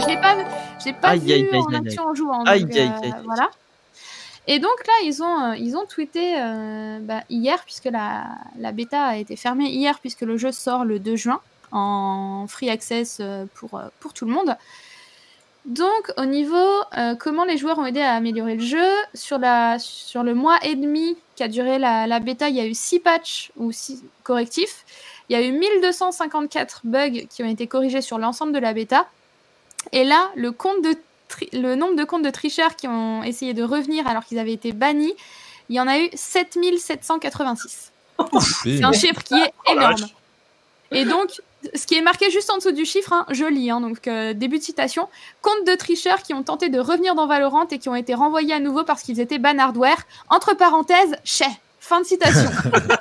[SPEAKER 3] en action en jouant. Donc, voilà. Et donc là, ils ont tweeté hier, puisque la bêta a été fermée hier, puisque le jeu sort le 2 juin en free access pour tout le monde. Donc, au niveau comment les joueurs ont aidé à améliorer le jeu, sur le mois et demi qu'a duré la bêta, il y a eu 6 patchs ou 6 correctifs. Il y a eu 1254 bugs qui ont été corrigés sur l'ensemble de la bêta. Et là, le nombre de comptes de tricheurs qui ont essayé de revenir alors qu'ils avaient été bannis, il y en a eu 7786. C'est un chiffre qui est énorme. Et donc, ce qui est marqué juste en dessous du chiffre, je lis, donc début de citation, compte de tricheurs qui ont tenté de revenir dans Valorant et qui ont été renvoyés à nouveau parce qu'ils étaient ban hardware, entre parenthèses, fin de citation.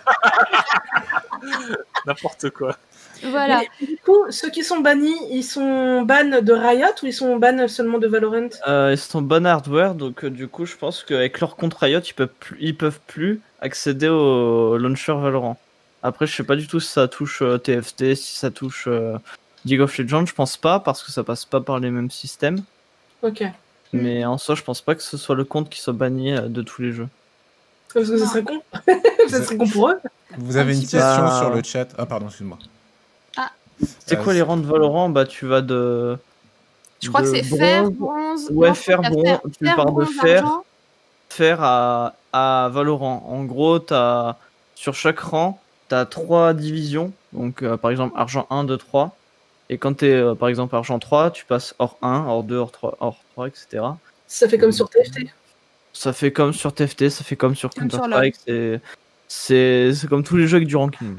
[SPEAKER 2] N'importe quoi.
[SPEAKER 3] Voilà.
[SPEAKER 5] Et du coup, ceux qui sont bannis, ils sont ban de Riot ou ils sont ban seulement de Valorant?
[SPEAKER 4] Ils sont ban hardware, donc du coup, je pense qu'avec leur compte Riot, ils peuvent plus accéder au launcher Valorant. Après, je sais pas du tout si ça touche TFT, si ça touche League of Legends, je pense pas, parce que ça passe pas par les mêmes systèmes.
[SPEAKER 5] Ok.
[SPEAKER 4] Mais en soi, je pense pas que ce soit le compte qui soit banni de tous les jeux.
[SPEAKER 5] Parce que ça serait con. Ça serait con pour eux.
[SPEAKER 1] Vous avez une question sur le chat. Ah, pardon, excuse-moi.
[SPEAKER 4] C'est quoi les rangs de Valorant? Bah, tu vas de.
[SPEAKER 3] Je crois que c'est fer, bronze.
[SPEAKER 4] Ouais, fer, bronze. Tu pars de fer à Valorant. En gros, sur chaque rang, t'as 3 divisions. Donc, par exemple, argent 1, 2, 3. Et quand t'es, par exemple, argent 3, tu passes hors 1, hors 2, hors 3, etc.
[SPEAKER 5] Ça fait comme sur TFT.
[SPEAKER 4] Ça fait comme sur TFT, ça fait comme sur Counter-Strike. C'est comme tous les jeux avec du ranking.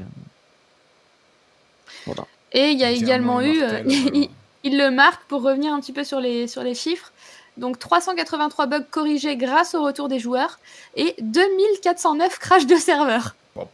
[SPEAKER 4] Voilà.
[SPEAKER 3] Et il y a également eu, il le marque pour revenir un petit peu sur les chiffres. Donc 383 bugs corrigés grâce au retour des joueurs et 2409 crashs de serveur.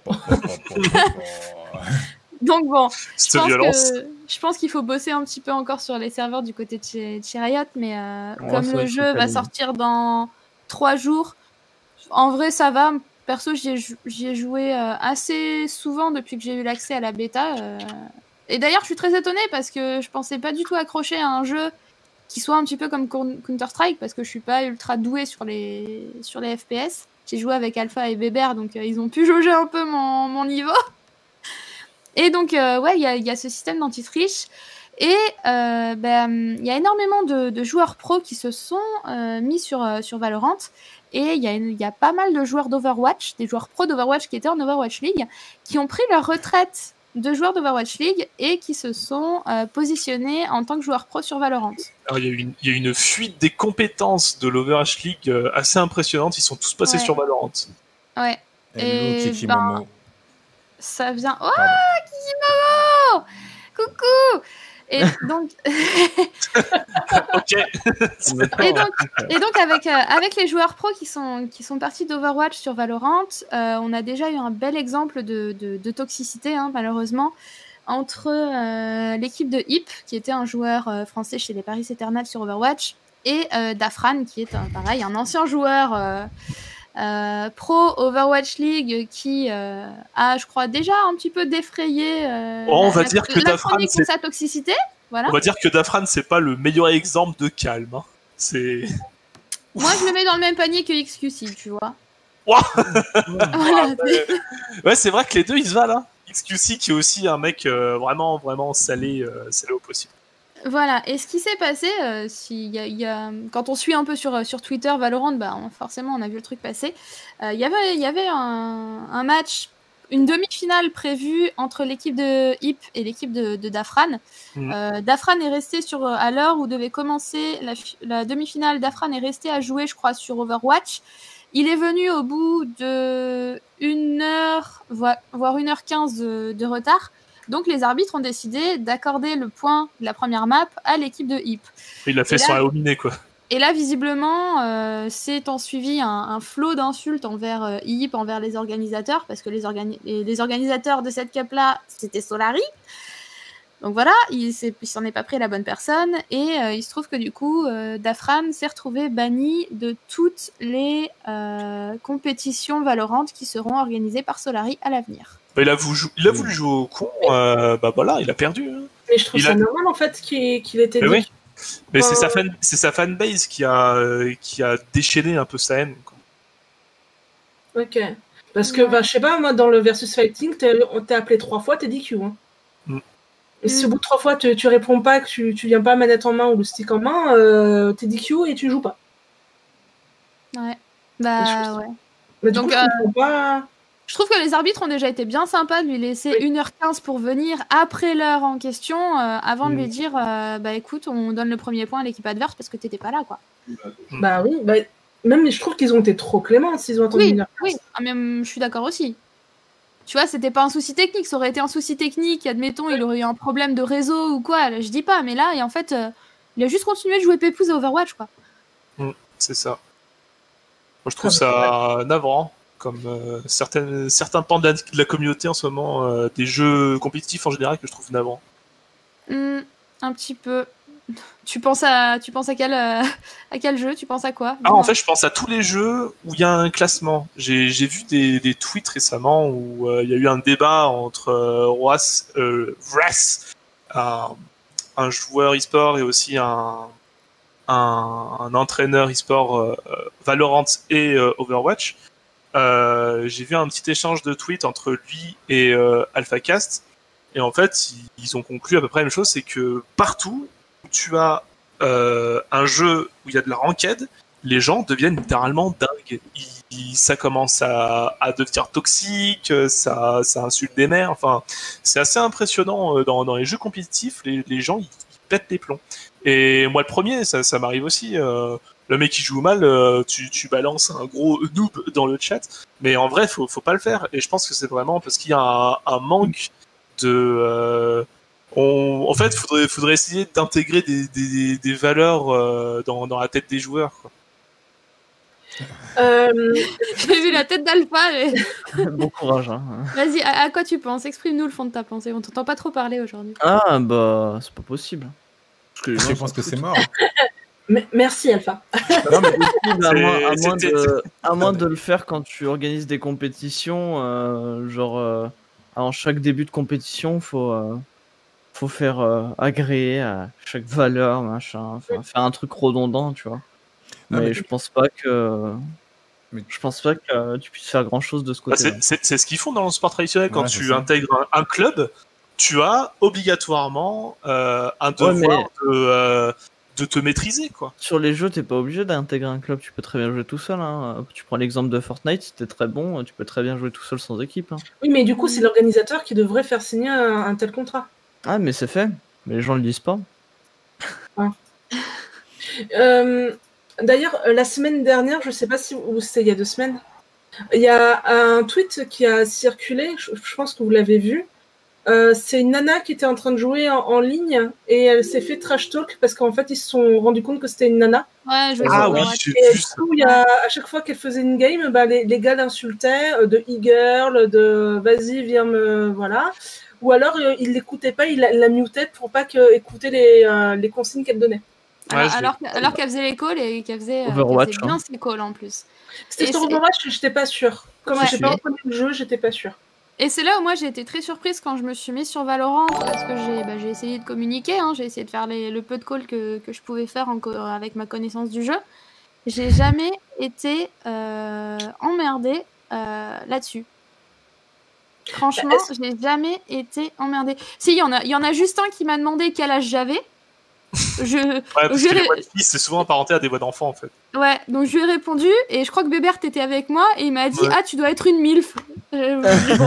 [SPEAKER 3] Donc bon, je pense qu'il faut bosser un petit peu encore sur les serveurs du côté de chez Riot, mais comme le jeu va sortir dans 3 jours, en vrai ça va. Perso, j'y ai joué assez souvent depuis que j'ai eu l'accès à la bêta. Et d'ailleurs, je suis très étonnée parce que je pensais pas du tout accrocher à un jeu qui soit un petit peu comme Counter-Strike, parce que je suis pas ultra douée sur les FPS. J'ai joué avec Alpha et Weber, donc ils ont pu jauger un peu mon niveau. Et donc, il y a ce système d'anti-triche. Et il y a énormément de joueurs pros qui se sont mis sur Valorant. Et il y a pas mal de joueurs d'Overwatch, des joueurs pros d'Overwatch qui étaient en Overwatch League, qui ont pris leur retraite de joueurs d'Overwatch League et qui se sont positionnés en tant que joueurs pro sur Valorant.
[SPEAKER 2] Alors, il y a une fuite des compétences de l'Overwatch League assez impressionnante. Ils sont tous passés sur Valorant.
[SPEAKER 3] Ouais.
[SPEAKER 1] Et Kikimomo.
[SPEAKER 3] Ça vient... Oh, Kikimomo! Coucou! Et donc...
[SPEAKER 2] Ok.
[SPEAKER 3] et donc avec les joueurs pros qui sont partis d'Overwatch sur Valorant, on a déjà eu un bel exemple de toxicité, malheureusement, entre l'équipe de Hip, qui était un joueur français chez les Paris Eternals sur Overwatch, et Dafran, qui est pareil, un ancien joueur pro Overwatch League qui a, je crois, déjà un petit peu défrayé
[SPEAKER 2] on va dire que Dafran,
[SPEAKER 3] c'est sa toxicité. Voilà.
[SPEAKER 2] On va dire que Dafran, c'est pas le meilleur exemple de calme. C'est...
[SPEAKER 3] Moi, je le mets dans le même panier que XQC, tu vois.
[SPEAKER 2] Wow.
[SPEAKER 3] Voilà.
[SPEAKER 2] Ouais, c'est vrai que les deux ils se valent. Hein. XQC qui est aussi un mec vraiment salé au possible.
[SPEAKER 3] Voilà, et ce qui s'est passé, quand on suit un peu sur Twitter Valorant, bah, forcément on a vu le truc passer. Il y avait un match, une demi-finale prévue entre l'équipe de HIP et l'équipe de Dafran. Dafran est resté à l'heure où devait commencer la demi-finale. Dafran est resté à jouer, je crois, sur Overwatch. Il est venu au bout de 1 heure, voire 1h15 de retard. Donc les arbitres ont décidé d'accorder le point de la première map à l'équipe de HIP.
[SPEAKER 2] Il l'a fait sur Aominé, quoi.
[SPEAKER 3] Et là, visiblement, c'est en suivi un flot d'insultes envers HIP, envers les organisateurs, parce que les organisateurs de cette cup-là, c'était Solari. Donc voilà, il s'en est pas pris la bonne personne, et il se trouve que du coup, Dafran s'est retrouvé banni de toutes les compétitions Valorant qui seront organisées par Solari à l'avenir.
[SPEAKER 2] Il a voulu jouer au con, bah voilà, il a perdu. Hein.
[SPEAKER 5] Mais je trouve ça normal en fait qu'il était dit.
[SPEAKER 2] Oui. Mais c'est sa fanbase qui a déchaîné un peu sa haine. Quoi.
[SPEAKER 5] Ok. Parce que, je sais pas, moi dans le versus fighting, on t'a appelé 3 fois, t'es DQ. Hein. Et si au bout de 3 fois tu réponds pas, que tu viens pas manette en main ou le stick en main, t'es DQ et tu joues pas.
[SPEAKER 3] Ouais. Bah ouais.
[SPEAKER 5] Mais du coup,
[SPEAKER 3] je trouve que les arbitres ont déjà été bien sympas de lui laisser 1h15 pour venir après l'heure en question, avant de lui dire bah écoute, on donne le premier point à l'équipe adverse parce que t'étais pas là, quoi.
[SPEAKER 5] Bah oui, même je trouve qu'ils ont été trop cléments s'ils ont attendu 1h15.
[SPEAKER 3] Oui, même je suis d'accord aussi. Tu vois, c'était pas un souci technique, ça aurait été un souci technique, admettons, il aurait eu un problème de réseau ou quoi, là, je dis pas, mais là, et en fait, il a juste continué de jouer Pépouze à Overwatch, quoi.
[SPEAKER 2] C'est ça. Moi, je trouve ça navrant. Comme certains pans de la communauté en ce moment, des jeux compétitifs en général que je trouve navrants.
[SPEAKER 3] Un petit peu. Tu penses à quel jeu? Tu penses à quoi?
[SPEAKER 2] En fait, je pense à tous les jeux où il y a un classement. J'ai vu des tweets récemment où il y a eu un débat entre Wrass, un joueur e-sport et aussi un entraîneur e-sport Valorant et Overwatch. J'ai vu un petit échange de tweets entre lui et AlphaCast, et en fait ils ont conclu à peu près la même chose, c'est que partout où tu as un jeu où il y a de la ranked, les gens deviennent littéralement dingues. Ça commence à devenir toxique, ça insulte des mères, enfin c'est assez impressionnant dans les jeux compétitifs, les gens ils pètent les plombs. Et moi le premier, ça m'arrive aussi. Le mec qui joue mal, tu balances un gros noob dans le chat, mais en vrai, faut pas le faire. Et je pense que c'est vraiment parce qu'il y a un manque de. En fait, faudrait essayer d'intégrer des valeurs dans la tête des joueurs. Quoi.
[SPEAKER 3] J'ai vu la tête d'Alpha. Mais...
[SPEAKER 4] Bon courage. Hein.
[SPEAKER 3] Vas-y, à quoi tu penses? Exprime-nous le fond de ta pensée. On t'entend pas trop parler aujourd'hui.
[SPEAKER 4] Ah bah, c'est pas possible.
[SPEAKER 1] Parce que je pense que c'est mort.
[SPEAKER 5] Merci Alpha.
[SPEAKER 4] Non, mais à moins de le faire quand tu organises des compétitions, en chaque début de compétition, faut faire agréer à chaque valeur, machin, faire un truc redondant, tu vois. Mais je pense pas que tu puisses faire grand chose de ce côté-là.
[SPEAKER 2] C'est ce qu'ils font dans le sport traditionnel. Quand tu intègres un club, tu as obligatoirement un devoir de te maîtriser, quoi.
[SPEAKER 4] Sur les jeux, t'es pas obligé d'intégrer un club, tu peux très bien jouer tout seul. Hein. Tu prends l'exemple de Fortnite, si t'es très bon, tu peux très bien jouer tout seul sans équipe. Hein.
[SPEAKER 5] Oui, mais du coup, c'est l'organisateur qui devrait faire signer un tel contrat.
[SPEAKER 4] Ah, mais c'est fait. Mais les gens le disent pas.
[SPEAKER 5] Ah. D'ailleurs, la semaine dernière, je sais pas ou c'était il y a 2 semaines, il y a un tweet qui a circulé, je pense que vous l'avez vu. C'est une nana qui était en train de jouer en ligne et elle s'est fait trash talk parce qu'en fait ils se sont rendus compte que c'était une nana.
[SPEAKER 3] Ouais, je
[SPEAKER 5] et du coup, à chaque fois qu'elle faisait une game, les gars l'insultaient de e-girl, de vas-y viens me voilà, ou alors il l'écoutait pas, il la mutait pour pas écouter les consignes qu'elle donnait.
[SPEAKER 3] Alors qu'elle faisait les calls et qu'elle faisait bien ses calls en plus.
[SPEAKER 5] C'était sur Overwatch, j'étais pas sûre. Comme j'ai pas reconnu le jeu, j'étais pas sûre.
[SPEAKER 3] Et c'est là où moi j'ai été très surprise quand je me suis mise sur Valorant parce que j'ai essayé de communiquer, hein, j'ai essayé de faire le peu de calls que je pouvais faire avec ma connaissance du jeu. j'ai jamais été emmerdée là-dessus. Franchement, j'ai jamais été emmerdée. Si, il y en a juste un qui m'a demandé quel âge j'avais.
[SPEAKER 2] Parce que les voix de fils, c'est souvent apparenté à des voix d'enfants, en fait.
[SPEAKER 3] Ouais, donc je lui ai répondu, et je crois que Bébert était avec moi, et il m'a dit Ah, tu dois être une MILF.
[SPEAKER 1] Merde.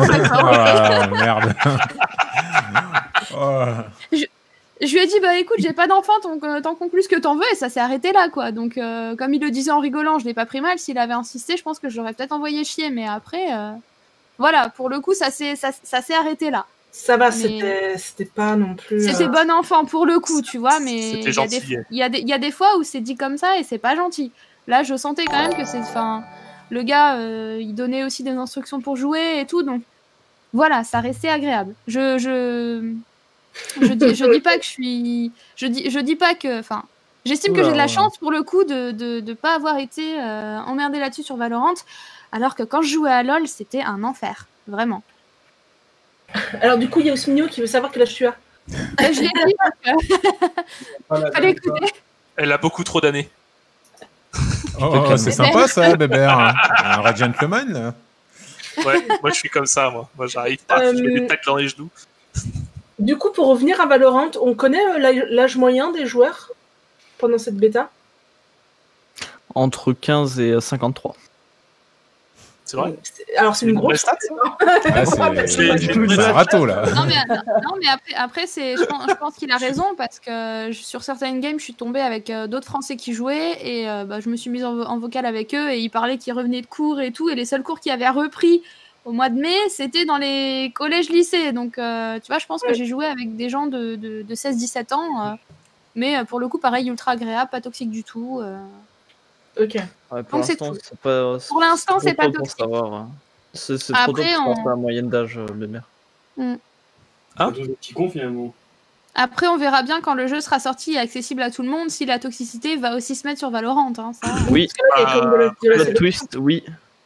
[SPEAKER 3] Je lui ai dit, bah écoute, j'ai pas d'enfant, t'en conclus ce que t'en veux, et ça s'est arrêté là, quoi. Donc, comme il le disait en rigolant, je l'ai pas pris mal. S'il avait insisté, je pense que je l'aurais peut-être envoyé chier, mais après, voilà, pour le coup, ça s'est arrêté là.
[SPEAKER 5] Ça va, c'était pas non plus.
[SPEAKER 3] C'était bon enfant pour le coup, tu vois, mais
[SPEAKER 2] c'était gentil.
[SPEAKER 3] Il y a des fois où c'est dit comme ça et c'est pas gentil. Là, je sentais quand même que le gars, il donnait aussi des instructions pour jouer et tout, donc voilà, ça restait agréable. Je dis pas que je dis pas que, enfin, j'estime que j'ai de la chance pour le coup de pas avoir été emmerdée là-dessus sur Valorant, alors que quand je jouais à LoL, c'était un enfer, vraiment.
[SPEAKER 5] Alors du coup, il y a Osminio qui veut savoir quel âge tu as.
[SPEAKER 3] Je l'ai dit. Fallait écouter.
[SPEAKER 2] Elle a beaucoup trop d'années.
[SPEAKER 1] Oh, c'est sympa ça, Bébert. Un vrai gentleman, là.
[SPEAKER 2] Ouais, moi je suis comme ça, moi. Moi j'arrive pas, je mets des tacles dans les genoux.
[SPEAKER 5] Du coup, pour revenir à Valorant, on connaît l'âge moyen des joueurs pendant cette bêta?
[SPEAKER 4] Entre 15 et 53.
[SPEAKER 2] C'est vrai?
[SPEAKER 5] Alors c'est une grosse
[SPEAKER 2] stat.
[SPEAKER 1] C'est un râteau là.
[SPEAKER 3] Non mais après je pense qu'il a raison parce que sur certaines games je suis tombée avec d'autres Français qui jouaient et je me suis mise en vocal avec eux et ils parlaient qu'ils revenaient de cours et tout, et les seuls cours qui avaient repris au mois de mai c'était dans les collèges lycées, donc tu vois, je pense que j'ai joué avec des gens de 16-17 ans, mais pour le coup pareil, ultra agréable, pas toxique du tout.
[SPEAKER 5] Ok.
[SPEAKER 4] Ouais, pour l'instant,
[SPEAKER 3] c'est pas toxique.
[SPEAKER 4] C'est trop tôt pour penser à la moyenne d'âge, Bébert.
[SPEAKER 6] Petit con finalement.
[SPEAKER 3] Après, on verra bien quand le jeu sera sorti et accessible à tout le monde si la toxicité va aussi se mettre sur Valorant. Hein, ça.
[SPEAKER 4] Oui, le twist, oui.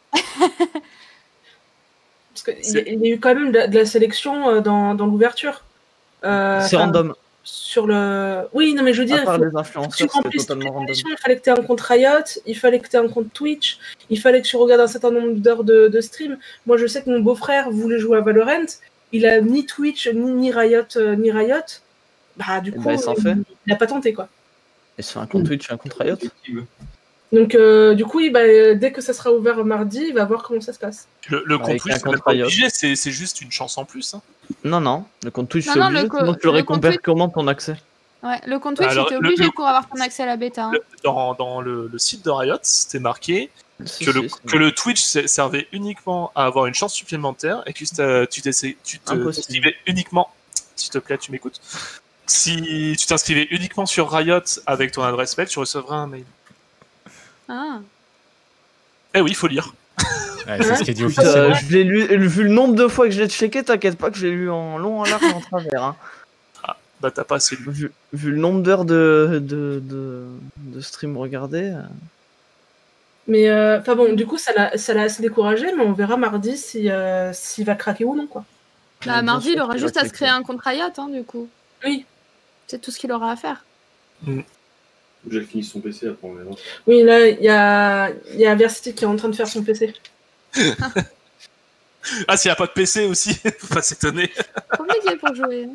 [SPEAKER 5] Parce qu'il y a eu quand même de la sélection dans l'ouverture.
[SPEAKER 4] C'est random.
[SPEAKER 5] Sur le... Oui, non, mais je veux dire,
[SPEAKER 4] les influenceurs, c'est totalement random.
[SPEAKER 5] Il fallait que tu aies un compte Riot, il fallait que tu aies un compte Twitch, il fallait que tu regardes un certain nombre d'heures de stream. Moi, je sais que mon beau-frère voulait jouer à Valorant, il a ni Twitch, ni Riot, Bah, du coup, il n'a pas tenté, quoi.
[SPEAKER 4] Et c'est un compte Twitch et un compte Riot.
[SPEAKER 5] Donc, du coup, dès que ça sera ouvert mardi, il va voir comment ça se passe.
[SPEAKER 2] Le compte Twitch, c'est pas obligé, c'est juste une chance en plus. Hein.
[SPEAKER 4] Non, le compte Twitch, c'est obligé, sinon tu le récupères comment ton accès?
[SPEAKER 3] Ouais, le compte Twitch, c'était obligé pour avoir ton accès à la bêta. Hein.
[SPEAKER 2] Dans le site de Riot, c'était marqué que le Twitch servait uniquement à avoir une chance supplémentaire et que tu t'inscrivais uniquement... S'il te plaît, tu m'écoutes. Si tu t'inscrivais uniquement sur Riot avec ton adresse mail, tu recevras un mail.
[SPEAKER 3] Ah.
[SPEAKER 2] Eh oui, il faut lire.
[SPEAKER 1] Ouais, c'est ce qui est dit officiellement.
[SPEAKER 4] Je l'ai lu, vu le nombre de fois que je l'ai checké, t'inquiète pas que je l'ai lu en long, en large et en travers. Hein.
[SPEAKER 2] Ah, bah t'as pas assez lu.
[SPEAKER 4] Vu le nombre d'heures de stream regardé.
[SPEAKER 5] Mais bon, du coup, ça l'a assez découragé, mais on verra mardi s'il va craquer ou non, quoi.
[SPEAKER 3] Bah, mardi, il aura juste à se créer un compte Riot, hein, du coup.
[SPEAKER 5] Oui.
[SPEAKER 3] C'est tout ce qu'il aura à faire.
[SPEAKER 6] J'ai fini son PC après, on verra.
[SPEAKER 5] Oui, là, il y a Versity qui est en train de faire son PC.
[SPEAKER 2] Ah, s'il n'y a pas de PC aussi, faut pas s'étonner.
[SPEAKER 3] Compliqué pour jouer.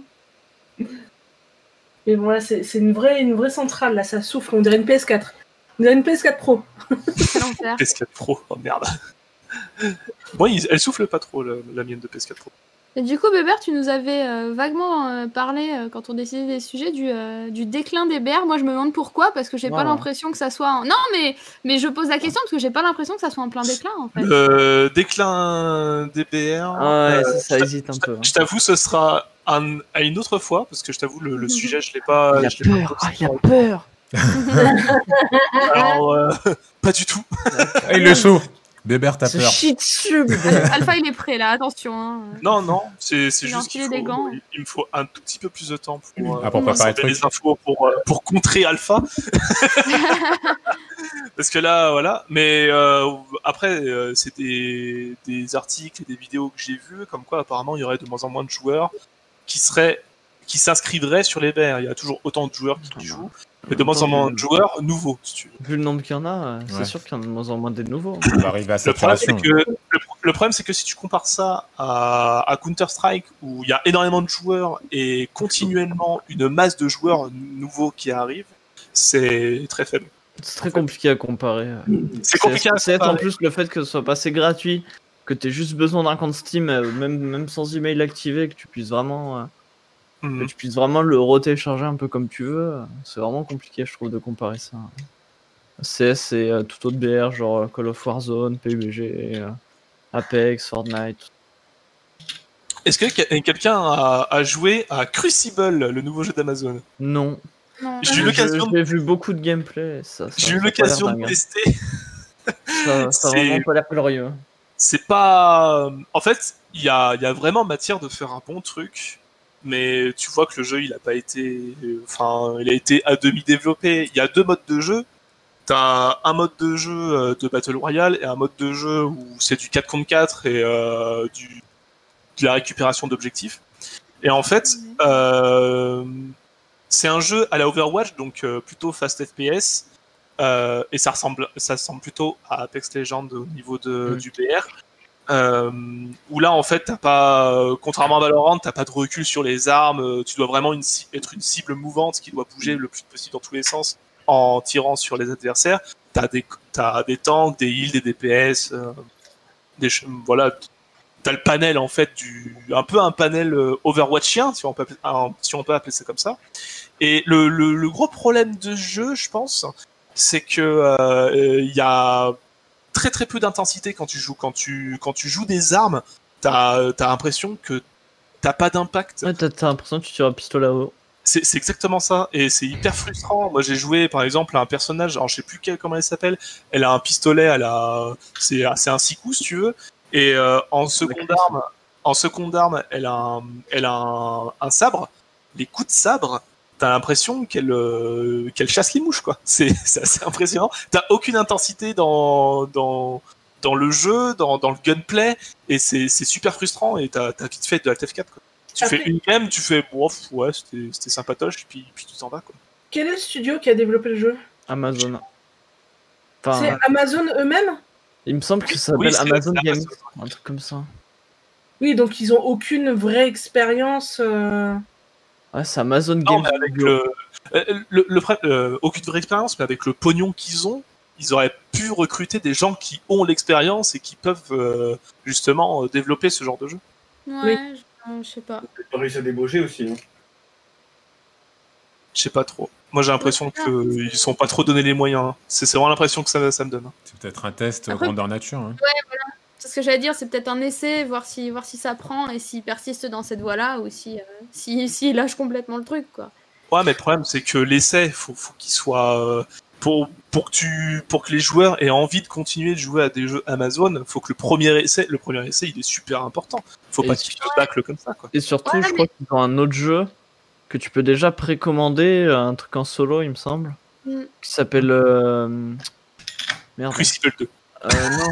[SPEAKER 5] Mais bon, là, c'est une vraie centrale, là, ça souffle, on dirait une PS4. On dirait une PS4 Pro.
[SPEAKER 2] PS4 Pro, oh merde. Bon, elle souffle pas trop, la mienne de PS4 Pro.
[SPEAKER 3] Et du coup, Bébert, tu nous avais vaguement parlé, quand on décidait des sujets, du déclin des BR. Moi, je me demande pourquoi, parce que j'ai pas l'impression que ça soit... Non, mais je pose la question parce que j'ai pas l'impression que ça soit en plein déclin, en fait.
[SPEAKER 2] Le déclin des BR...
[SPEAKER 4] Ouais, ça hésite un peu.
[SPEAKER 2] Je t'avoue, ce sera à une autre fois, parce que je t'avoue, le sujet, je l'ai pas...
[SPEAKER 4] Il a peur.
[SPEAKER 2] Alors, pas du tout.
[SPEAKER 1] Il le souffle. Bébert, t'as peur.
[SPEAKER 3] Alpha, il est prêt là, attention. Hein.
[SPEAKER 2] Non, c'est juste qu'il me faut un tout petit peu plus de temps pour
[SPEAKER 1] préparer
[SPEAKER 2] les infos pour contrer Alpha. Parce que là, voilà. Mais après, c'est des articles et des vidéos que j'ai vus, comme quoi apparemment il y aurait de moins en moins de joueurs qui qui s'inscriveraient sur les VR. Il y a toujours autant de joueurs qui jouent, mais de moins en moins de joueurs nouveaux, si tu veux.
[SPEAKER 4] Vu le nombre qu'il y en a, c'est sûr qu'il y en a de moins en moins des nouveaux.
[SPEAKER 1] On va arriver à
[SPEAKER 2] Le problème,
[SPEAKER 1] saturation.
[SPEAKER 2] le problème, c'est que si tu compares ça à Counter-Strike, où il y a énormément de joueurs et continuellement une masse de joueurs nouveaux qui arrivent, c'est très faible.
[SPEAKER 4] C'est très compliqué à comparer.
[SPEAKER 2] C'est compliqué à
[SPEAKER 4] C'est en
[SPEAKER 2] comparer.
[SPEAKER 4] plus le fait que ce soit passé gratuit, que tu aies juste besoin d'un compte Steam, même sans email activé, que tu puisses vraiment le retélécharger un peu comme tu veux. C'est vraiment compliqué, je trouve, de comparer ça. CS et tout autre BR, genre Call of Warzone, PUBG, Apex, Fortnite.
[SPEAKER 2] Est-ce que quelqu'un a joué à Crucible, le nouveau jeu d'Amazon?
[SPEAKER 4] Non.
[SPEAKER 3] Non.
[SPEAKER 2] J'ai eu l'occasion
[SPEAKER 4] J'ai vu beaucoup de gameplay.
[SPEAKER 2] J'ai eu l'occasion de tester.
[SPEAKER 4] Ça a vraiment pas l'air glorieux.
[SPEAKER 2] C'est pas. En fait, il y a vraiment matière de faire un bon truc, mais tu vois que le jeu, il a pas été. Enfin, il a été à demi développé. Il y a 2 modes de jeu. T'as un mode de jeu de Battle Royale et un mode de jeu où c'est du 4 contre 4 et de la récupération d'objectifs. Et en fait, c'est un jeu à la Overwatch, donc plutôt fast FPS, et ça ressemble plutôt à Apex Legends au niveau du BR, où là en fait t'as pas, contrairement à Valorant, t'as pas de recul sur les armes, tu dois vraiment être une cible mouvante qui doit bouger le plus possible dans tous les sens en tirant sur les adversaires. T'as des tanks, des heals, des DPS, voilà. T'as le panel en fait un peu un panel Overwatchien, si on peut appeler ça comme ça. Et le gros problème de jeu, je pense, c'est que y a très très peu d'intensité quand tu joues. Quand tu joues des armes, t'as l'impression que t'as pas d'impact.
[SPEAKER 4] Ouais, t'as l'impression que tu tires un pistolet à eau.
[SPEAKER 2] C'est exactement ça, et c'est hyper frustrant. Moi, j'ai joué par exemple à un personnage, alors je sais plus comment elle s'appelle. Elle a un pistolet, c'est un 6 coups si tu veux. Et en seconde arme, elle a un sabre. Les coups de sabre, t'as l'impression qu'elle chasse les mouches, quoi. C'est assez impressionnant. T'as aucune intensité dans le jeu, dans le gunplay, et c'est super frustrant. Et t'as vite fait de la TF4, quoi. Tu fais une game, tu fais ouais, c'était sympatoche, puis tu t'en vas, quoi.
[SPEAKER 5] Quel est le studio qui a développé le jeu?
[SPEAKER 4] Amazon.
[SPEAKER 5] C'est Amazon eux-mêmes?
[SPEAKER 4] Il me semble que ça s'appelle Amazon Games, un truc comme ça.
[SPEAKER 5] Oui, donc ils ont aucune vraie expérience.
[SPEAKER 4] Ouais, c'est Amazon Games.
[SPEAKER 2] Avec aucune vraie expérience, mais avec le pognon qu'ils ont, ils auraient pu recruter des gens qui ont l'expérience et qui peuvent justement développer ce genre de jeu.
[SPEAKER 3] Ouais, je sais pas.
[SPEAKER 6] T'as réussi à débaucher aussi. Hein.
[SPEAKER 2] Je sais pas trop. Moi, j'ai l'impression qu'ils sont pas trop donné les moyens. Hein. C'est vraiment l'impression que ça me donne.
[SPEAKER 1] C'est peut-être un test grandeur nature. Hein.
[SPEAKER 3] Ouais, voilà. C'est ce que j'allais dire, c'est peut-être un essai, voir si ça prend et s'il persiste dans cette voie-là ou s'il lâche complètement le truc, quoi.
[SPEAKER 2] Ouais, mais le problème, c'est que l'essai, faut qu'il soit pour que les joueurs aient envie de continuer de jouer à des jeux Amazon, faut que le premier essai, il est super important. Faut pas qu'ils se bâclent comme ça, quoi.
[SPEAKER 4] Et surtout, je crois qu'ils ont un autre jeu que tu peux déjà précommander, un truc en solo, il me semble, qui s'appelle merde.
[SPEAKER 2] Crucible 2.
[SPEAKER 4] Non.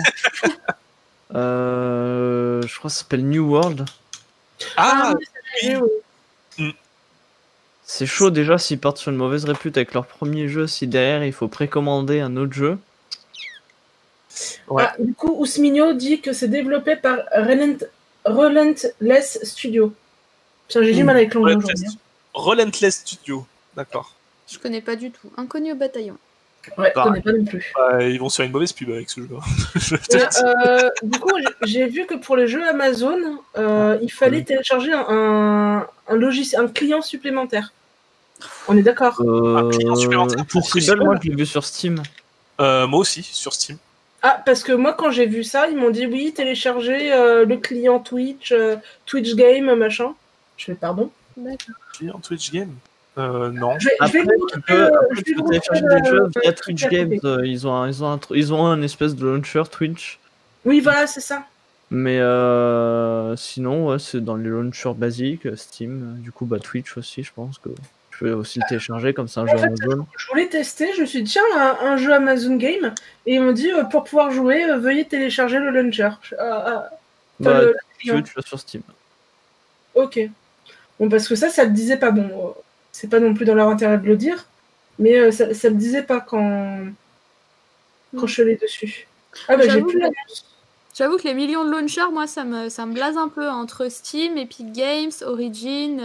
[SPEAKER 4] Je crois que ça s'appelle New World.
[SPEAKER 2] Ah, oui.
[SPEAKER 4] C'est chaud déjà s'ils partent sur une mauvaise répute avec leur premier jeu, si derrière il faut précommander un autre jeu.
[SPEAKER 2] Ouais.
[SPEAKER 5] Ah, du coup, Ousmigno dit que c'est développé par Relentless Studio. Putain, j'ai du mal avec l'anglais aujourd'hui.
[SPEAKER 2] Relentless Studio, d'accord.
[SPEAKER 3] Je connais pas du tout. Inconnu au bataillon.
[SPEAKER 5] Ouais, je connais pas non plus.
[SPEAKER 2] Ils vont se faire une mauvaise pub avec ce jeu.
[SPEAKER 5] Du coup, j'ai vu que pour les jeux Amazon, il fallait télécharger un logiciel, un client supplémentaire. On est d'accord?
[SPEAKER 2] Un client supplémentaire pour Crucible.
[SPEAKER 4] Moi, je l'ai vu sur Steam.
[SPEAKER 2] Moi aussi, sur Steam.
[SPEAKER 5] Ah, parce que moi, quand j'ai vu ça, ils m'ont dit oui, télécharger le client Twitch, Twitch Game, machin. Je fais pardon.
[SPEAKER 3] D'accord.
[SPEAKER 2] Client Twitch Game non.
[SPEAKER 5] Je vais
[SPEAKER 4] tu peux télécharger des jeux via Twitch Games. Ils ont un espèce de launcher Twitch.
[SPEAKER 5] Oui, voilà, c'est ça.
[SPEAKER 4] Mais sinon, ouais, c'est dans les launchers basiques, Steam. Du coup, Twitch aussi, je pense que tu peux aussi le télécharger comme c'est un jeu Amazon.
[SPEAKER 5] Je voulais tester, je me suis dit, tiens, un jeu Amazon Game. Et ils m'ont dit, pour pouvoir jouer, veuillez télécharger le launcher.
[SPEAKER 4] Tu vas sur Steam.
[SPEAKER 5] Ok. Bon, parce que ça le disait pas. Bon, c'est pas non plus dans leur intérêt de le dire, mais ça le disait pas quand je suis allée dessus. Ah bah j'ai plus l'annonce.
[SPEAKER 3] J'avoue que les millions de launchers, moi, ça me blase un peu entre Steam, Epic Games, Origin.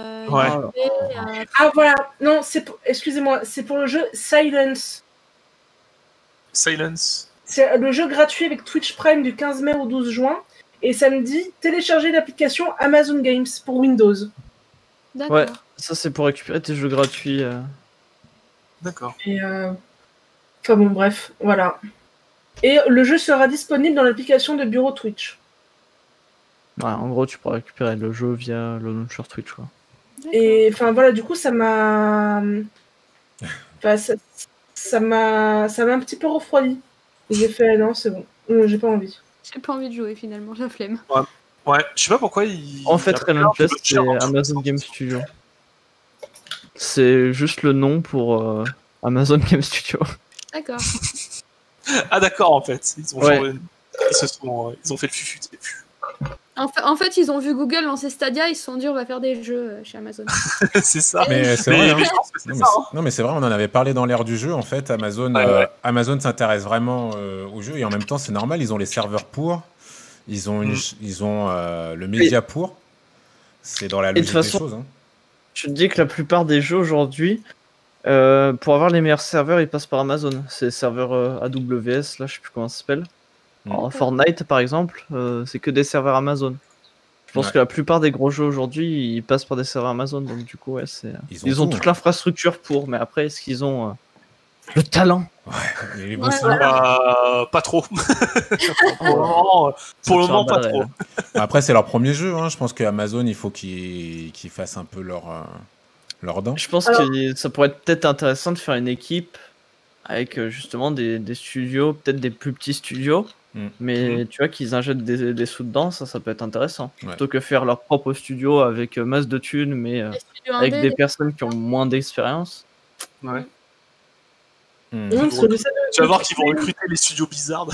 [SPEAKER 5] Ah voilà, non, excusez-moi, c'est pour le jeu Silence.
[SPEAKER 2] Silence.
[SPEAKER 5] C'est le jeu gratuit avec Twitch Prime du 15 mai au 12 juin. Et ça me dit télécharger l'application Amazon Games pour Windows.
[SPEAKER 3] D'accord.
[SPEAKER 4] Ouais, ça c'est pour récupérer tes jeux gratuits.
[SPEAKER 2] D'accord.
[SPEAKER 5] Et enfin bon, bref, voilà. Et le jeu sera disponible dans l'application de bureau Twitch.
[SPEAKER 4] Ouais, en gros, tu pourras récupérer le jeu via le launcher Twitch, quoi.
[SPEAKER 5] Et enfin voilà, du coup, ça m'a. Enfin, ça m'a un petit peu refroidi. J'ai fait non, c'est bon, j'ai pas envie.
[SPEAKER 3] J'ai pas envie de jouer finalement, j'ai la flemme.
[SPEAKER 2] Ouais, je sais pas pourquoi il.
[SPEAKER 4] En fait, Relentless, c'est Amazon Game Studio. C'est juste le nom pour Amazon Game Studio.
[SPEAKER 3] D'accord.
[SPEAKER 2] Ah d'accord, en fait. Ils ont
[SPEAKER 4] Ouais.
[SPEAKER 2] ils ont fait le fufu.
[SPEAKER 3] En fait, ils ont vu Google lancer Stadia, ils se sont dit on va faire des jeux chez Amazon.
[SPEAKER 2] C'est ça.
[SPEAKER 1] Mais c'est vrai.
[SPEAKER 2] je pense que c'est ça, hein.
[SPEAKER 1] Non, mais c'est vrai, on en avait parlé dans l'ère du jeu. En fait, Amazon,
[SPEAKER 2] Ouais.
[SPEAKER 1] Amazon s'intéresse vraiment au jeu et en même temps, c'est normal. Ils ont les serveurs pour, ils ont le média pour. C'est dans la logique des choses. Hein.
[SPEAKER 4] Je te dis que la plupart des jeux aujourd'hui, pour avoir les meilleurs serveurs, ils passent par Amazon. C'est serveurs AWS, là, je sais plus comment ça s'appelle. Alors, Fortnite, par exemple, c'est que des serveurs Amazon. Je pense que la plupart des gros jeux aujourd'hui, ils passent par des serveurs Amazon. Donc, du coup, ouais, ils ont toute l'infrastructure pour. Mais après, est-ce qu'ils ont le talent?
[SPEAKER 1] Ouais,
[SPEAKER 2] pas trop. Pour le moment, pas trop.
[SPEAKER 1] Après, c'est leur premier jeu. Hein. Je pense qu'Amazon, il faut qu'ils fassent un peu leur dent.
[SPEAKER 4] Je pense que ça pourrait être peut-être intéressant de faire une équipe avec justement des studios, peut-être des plus petits studios. Mais tu vois qu'ils injectent des sous dedans, ça peut être intéressant. Plutôt que faire leur propre studio avec masse de thunes, mais avec des personnes qui ont moins d'expérience.
[SPEAKER 2] Ouais.
[SPEAKER 5] Tu
[SPEAKER 2] vas voir qu'ils vont recruter les studios Blizzard.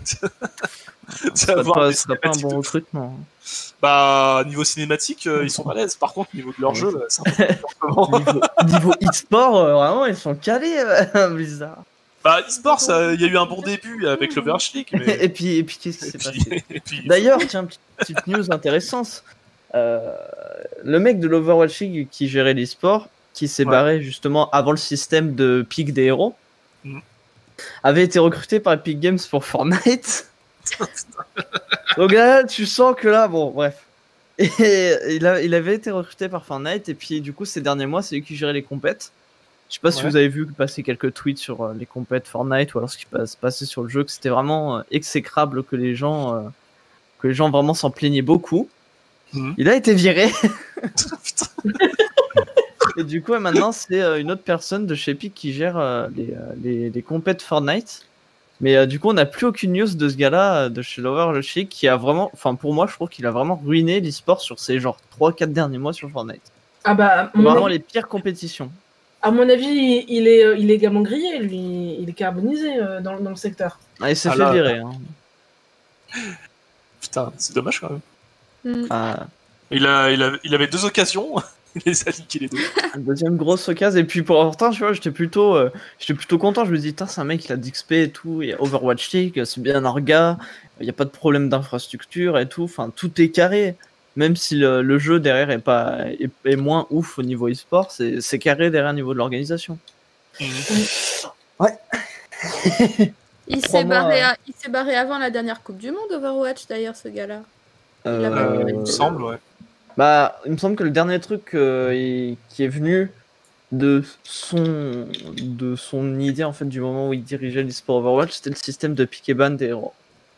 [SPEAKER 4] Ça serait pas un bon recrutement.
[SPEAKER 2] Bah, niveau cinématique, ils sont balèzes. Par contre, niveau de leur jeu, c'est un peu
[SPEAKER 4] niveau e-sport, vraiment, ils sont calés, Blizzard.
[SPEAKER 2] Bah, e-sport, il y a eu un bon début avec l'Overwatch League. Mais...
[SPEAKER 4] et puis qu'est-ce qui s'est passé D'ailleurs, tiens, petite news intéressante. Le mec de l'Overwatch League qui gérait l'e-sport, qui s'est barré justement avant le système de pick des héros, avait été recruté par Epic Games pour Fortnite. Donc là, tu sens que là, bon, bref. Et il avait été recruté par Fortnite, et puis du coup, ces derniers mois, c'est lui qui gérait les compètes. Je sais pas si vous avez vu passer quelques tweets sur les compètes Fortnite ou alors ce qui passait sur le jeu, que c'était vraiment exécrable, que les gens vraiment s'en plaignaient beaucoup. Il a été viré. Et du coup, maintenant, c'est une autre personne de chez Epic qui gère les compètes Fortnite. Mais du coup, on n'a plus aucune news de ce gars-là, de chez l'Overwatch League, qui a vraiment, enfin pour moi, je trouve qu'il a vraiment ruiné l'e-sport sur ces genre 3-4 derniers mois sur Fortnite.
[SPEAKER 5] Ah bah,
[SPEAKER 4] vraiment les pires compétitions.
[SPEAKER 5] À mon avis, il est également grillé, lui. Il est carbonisé dans le secteur.
[SPEAKER 4] Ah, il s'est fait virer. Hein.
[SPEAKER 2] Putain, c'est dommage quand même.
[SPEAKER 4] Ah.
[SPEAKER 2] Il avait 2 occasions. Il les a liqués les 2.
[SPEAKER 4] Deuxième grosse occasion. Et puis pourtant, tu vois, j'étais plutôt content. Je me dis, c'est un mec, il a d'XP et tout. Il y a Overwatch League, c'est bien un gars. Il n'y a pas de problème d'infrastructure et tout. Enfin, tout est carré. Même si le jeu derrière est moins ouf au niveau e-sport, c'est carré derrière au niveau de l'organisation. Ouais.
[SPEAKER 3] Il s'est barré avant la dernière Coupe du Monde Overwatch d'ailleurs, ce gars-là.
[SPEAKER 2] Il me semble, ouais.
[SPEAKER 4] Bah, il me semble que le dernier truc qui est venu de son idée en fait du moment où il dirigeait l'e-sport Overwatch, c'était le système de pick et ban des héros.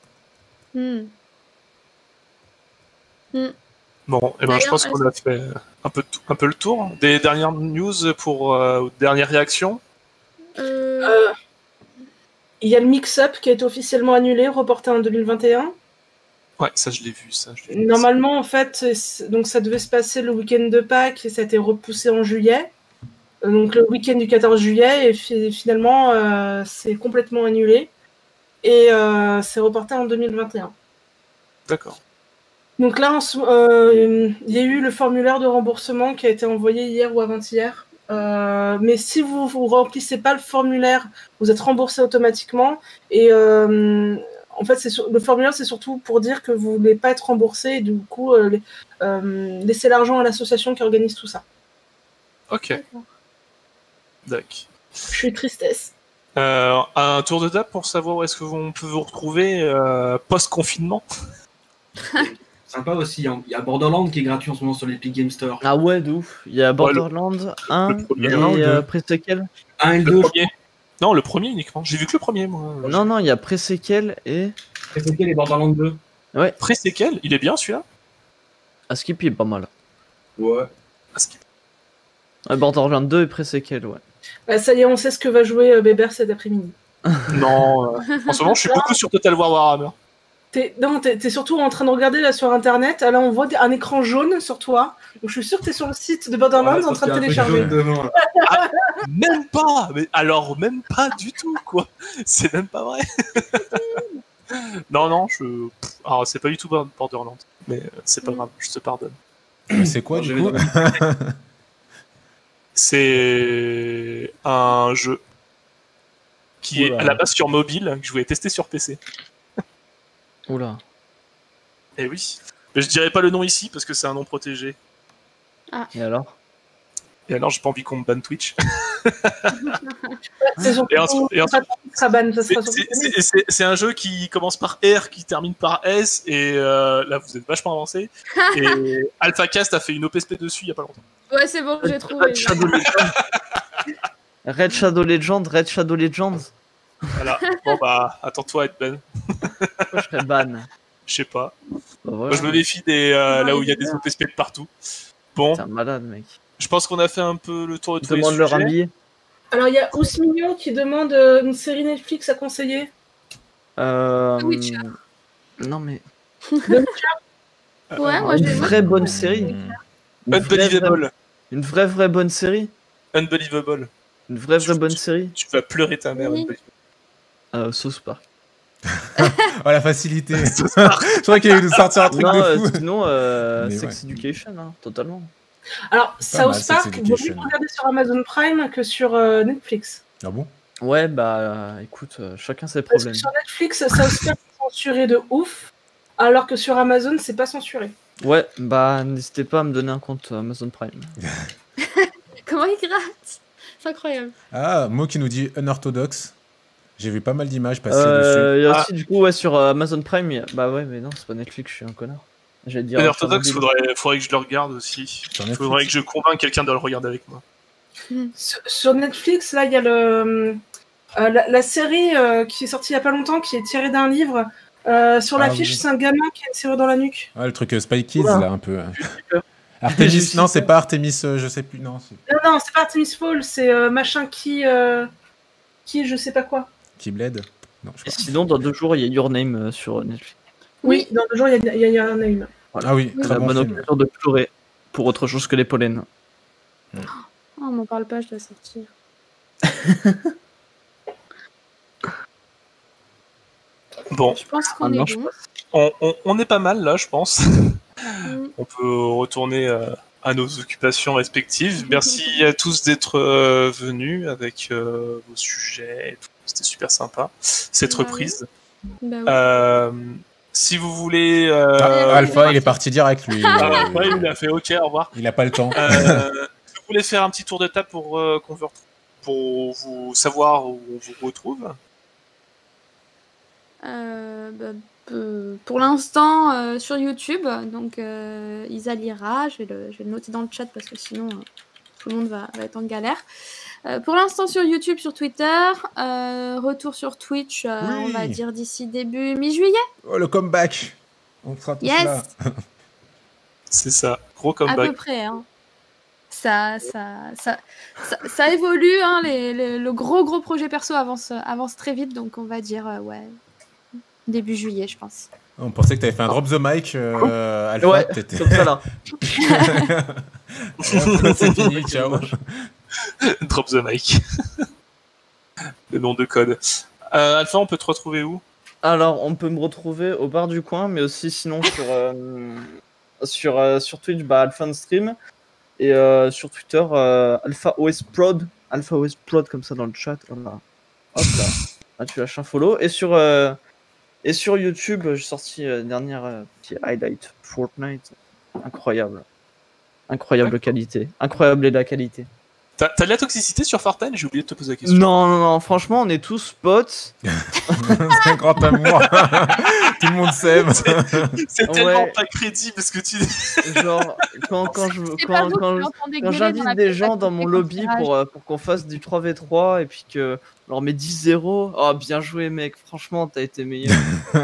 [SPEAKER 2] Bon, et ben je pense qu'on a fait un peu le tour des dernières news pour dernière réaction.
[SPEAKER 5] Il y a le mix-up qui a été officiellement annulé, reporté en 2021.
[SPEAKER 2] Ouais, ça je l'ai vu.
[SPEAKER 5] Normalement, en fait, donc ça devait se passer le week-end de Pâques et ça a été repoussé en juillet. Donc le week-end du 14 juillet et finalement c'est complètement annulé et c'est reporté en 2021.
[SPEAKER 2] D'accord.
[SPEAKER 5] Donc là, il y a eu le formulaire de remboursement qui a été envoyé hier ou avant-hier. Mais si vous remplissez pas le formulaire, vous êtes remboursé automatiquement. Et en fait, le formulaire, c'est surtout pour dire que vous voulez pas être remboursé et du coup, laisser l'argent à l'association qui organise tout ça.
[SPEAKER 2] Ok. D'accord.
[SPEAKER 5] Je suis tristesse.
[SPEAKER 2] Un tour de table pour savoir où est-ce qu'on peut vous retrouver post-confinement.
[SPEAKER 6] Sympa aussi, il y a Borderlands qui est gratuit en ce moment sur l'Epic Game Store.
[SPEAKER 4] Ah ouais, de ouf. Il y a Borderlands 1
[SPEAKER 2] premier,
[SPEAKER 4] et Pré-Séquel.
[SPEAKER 6] 1 et
[SPEAKER 2] Le
[SPEAKER 6] 2.
[SPEAKER 2] premier. Non, le premier uniquement. J'ai vu que le premier, moi.
[SPEAKER 4] Non, il y a Pré-Séquel et...
[SPEAKER 6] Pré-Séquel et Borderlands 2.
[SPEAKER 2] Pré-séquel, il est bien celui-là.
[SPEAKER 4] Askip il est pas mal.
[SPEAKER 6] Ouais.
[SPEAKER 4] Borderlands 2 et Pré-Séquel, ouais.
[SPEAKER 5] Bah, ça y est, on sait ce que va jouer Bébert cet après-midi.
[SPEAKER 2] Non, en ce moment, je suis beaucoup sur Total War Warhammer.
[SPEAKER 5] T'es surtout en train de regarder là sur internet. Là, on voit un écran jaune sur toi. Donc, je suis sûr que t'es sur le site de Borderlands en train de télécharger.
[SPEAKER 2] Ah, même pas. Mais alors même pas du tout, quoi. C'est même pas vrai. non, alors c'est pas du tout Borderlands, mais c'est pas grave, je te pardonne.
[SPEAKER 1] C'est quoi du coup?
[SPEAKER 2] C'est un jeu qui est à la base sur mobile, que je voulais tester sur PC.
[SPEAKER 4] Oula.
[SPEAKER 2] Eh oui. Mais je dirais pas le nom ici parce que c'est un nom protégé.
[SPEAKER 4] Et alors?
[SPEAKER 2] Et alors, j'ai pas envie qu'on me banne Twitch. C'est un jeu qui commence par R, qui termine par S, et là, vous êtes vachement avancé. Et AlphaCast a fait une OPSP dessus il y a pas longtemps.
[SPEAKER 3] Ouais, c'est bon, j'ai trouvé.
[SPEAKER 4] Red Shadow Legends.
[SPEAKER 2] Voilà. Bon, bah, attends-toi à être ban.
[SPEAKER 4] Pourquoi je serais ban?
[SPEAKER 2] Je sais pas.
[SPEAKER 4] Bah, voilà.
[SPEAKER 2] Moi, je me méfie là où il y a des OPSP de partout. Bon.
[SPEAKER 4] T'es un malade, mec.
[SPEAKER 2] Je pense qu'on a fait un peu le tour de tous les
[SPEAKER 4] Demande
[SPEAKER 2] sujets.
[SPEAKER 4] leur habillé.
[SPEAKER 5] Alors, il y a Ousmignon qui demande une série Netflix à conseiller.
[SPEAKER 3] Witcher.
[SPEAKER 4] Non, mais...
[SPEAKER 3] Ouais, moi,
[SPEAKER 4] Une vraie bonne série.
[SPEAKER 2] Unbelievable.
[SPEAKER 4] Une vraie bonne série.
[SPEAKER 2] Unbelievable.
[SPEAKER 4] Une vraie bonne série.
[SPEAKER 2] Tu vas pleurer ta mère.
[SPEAKER 3] Oui.
[SPEAKER 4] South Park.
[SPEAKER 1] Oh la facilité. Je crois qu'il allait nous sortir un truc
[SPEAKER 4] Non,
[SPEAKER 1] de fou.
[SPEAKER 4] sinon,
[SPEAKER 1] Mais
[SPEAKER 4] Sex Education, hein, totalement.
[SPEAKER 5] Alors,
[SPEAKER 1] Pas mal,
[SPEAKER 5] South Park,
[SPEAKER 1] Sex
[SPEAKER 5] vous pouvez
[SPEAKER 1] Education.
[SPEAKER 5] regarder sur Amazon Prime que sur Netflix.
[SPEAKER 1] Ah bon?
[SPEAKER 4] Ouais, bah, écoute, chacun ses
[SPEAKER 5] Parce que
[SPEAKER 4] problèmes.
[SPEAKER 5] sur Netflix, South Park est censuré de ouf, alors que sur Amazon, c'est pas censuré.
[SPEAKER 4] Ouais, bah, n'hésitez pas à me donner un compte Amazon Prime.
[SPEAKER 3] Comment il gratte? C'est incroyable.
[SPEAKER 1] Ah, Mo qui nous dit unorthodoxe. J'ai vu pas mal d'images passer dessus.
[SPEAKER 4] Il y a aussi, du coup, ouais, sur Amazon Prime, bah ouais, mais non, c'est pas Netflix, je suis un connard. J'allais dire.
[SPEAKER 2] Unorthodoxe, faudrait que je le regarde aussi. Faudrait que je convainque quelqu'un de le regarder avec moi.
[SPEAKER 5] Sur Netflix, là, il y a la série qui est sortie il y a pas longtemps, qui est tirée d'un livre. Sur l'affiche,
[SPEAKER 1] oui.
[SPEAKER 5] c'est un gamin qui a une serrure dans la nuque.
[SPEAKER 1] Ouais, le truc Spy Kids,
[SPEAKER 5] Oula.
[SPEAKER 1] là, un peu. Artemis, non, c'est pas Artemis, je sais plus, non.
[SPEAKER 5] Non, c'est pas Artemis Fall, c'est machin qui je sais pas quoi.
[SPEAKER 1] Qui bled? Non, je
[SPEAKER 4] Et
[SPEAKER 1] sais pas.
[SPEAKER 4] sinon, dans 2 jours, il y a Your Name sur Netflix.
[SPEAKER 5] Oui, dans le jour, il y a un name.
[SPEAKER 4] Voilà.
[SPEAKER 1] Ah oui,
[SPEAKER 4] C'est
[SPEAKER 1] très
[SPEAKER 4] la
[SPEAKER 1] bon
[SPEAKER 4] bonne
[SPEAKER 1] film.
[SPEAKER 4] occasion de pleurer pour autre chose que les pollens.
[SPEAKER 3] Oh, on m'en parle pas, je dois sortir.
[SPEAKER 2] Bon,
[SPEAKER 3] Je pense qu'on
[SPEAKER 4] non,
[SPEAKER 3] est
[SPEAKER 4] je
[SPEAKER 3] bon.
[SPEAKER 2] on est pas mal là, je pense.
[SPEAKER 3] Mm.
[SPEAKER 2] On peut retourner à nos occupations respectives. Merci à tous d'être venus avec vos sujets. Et tout. C'était super sympa cette
[SPEAKER 3] Bah
[SPEAKER 2] reprise.
[SPEAKER 3] Bah ouais.
[SPEAKER 2] Si vous voulez,
[SPEAKER 1] Alpha, il est parti direct, lui.
[SPEAKER 2] ouais, il a fait OK, au revoir.
[SPEAKER 1] Il a pas le temps.
[SPEAKER 2] Si vous voulez faire un petit tour de table pour vous savoir où on vous retrouve.
[SPEAKER 3] Pour l'instant, sur YouTube, donc Isa lira, je vais le noter dans le chat parce que sinon tout le monde va être en galère. Pour l'instant sur YouTube, sur Twitter, retour sur Twitch, on va dire d'ici début mi-juillet.
[SPEAKER 1] Oh, le comeback. On sera tous
[SPEAKER 3] Yes.
[SPEAKER 1] là.
[SPEAKER 2] C'est ça, gros
[SPEAKER 3] À
[SPEAKER 2] comeback.
[SPEAKER 3] peu près. Hein. Ça évolue, hein, le gros projet perso avance très vite, donc on va dire ouais, début juillet, je pense.
[SPEAKER 1] On pensait que t'avais fait un drop the mic, Alpha.
[SPEAKER 4] Ouais,
[SPEAKER 1] t'étais-
[SPEAKER 4] comme ça là.
[SPEAKER 1] C'est fini, ciao.
[SPEAKER 2] Drop the mic. Le nom de code. Alpha, on peut te retrouver où?
[SPEAKER 4] Alors, on peut me retrouver au bar du coin, mais aussi sinon sur Twitch, Alpha Stream, et sur Twitter, AlphaOS Prod comme ça dans le chat. Voilà. Hop là. Là, tu lâches un follow. Et sur YouTube, j'ai sorti dernière petit highlight Fortnite. Incroyable. Incroyable qualité. Incroyable et la qualité.
[SPEAKER 2] T'as de la toxicité sur Fortnite? J'ai oublié de te poser la question.
[SPEAKER 4] Non, franchement, on est tous potes.
[SPEAKER 1] C'est un grand amour. Tout le monde s'aime.
[SPEAKER 2] C'est tellement pas crédible ce que tu dis.
[SPEAKER 4] Genre, quand j'invite des gens dans mon lobby pour qu'on fasse du 3v3 et puis que on leur met 10-0, oh bien joué mec, franchement t'as été meilleur.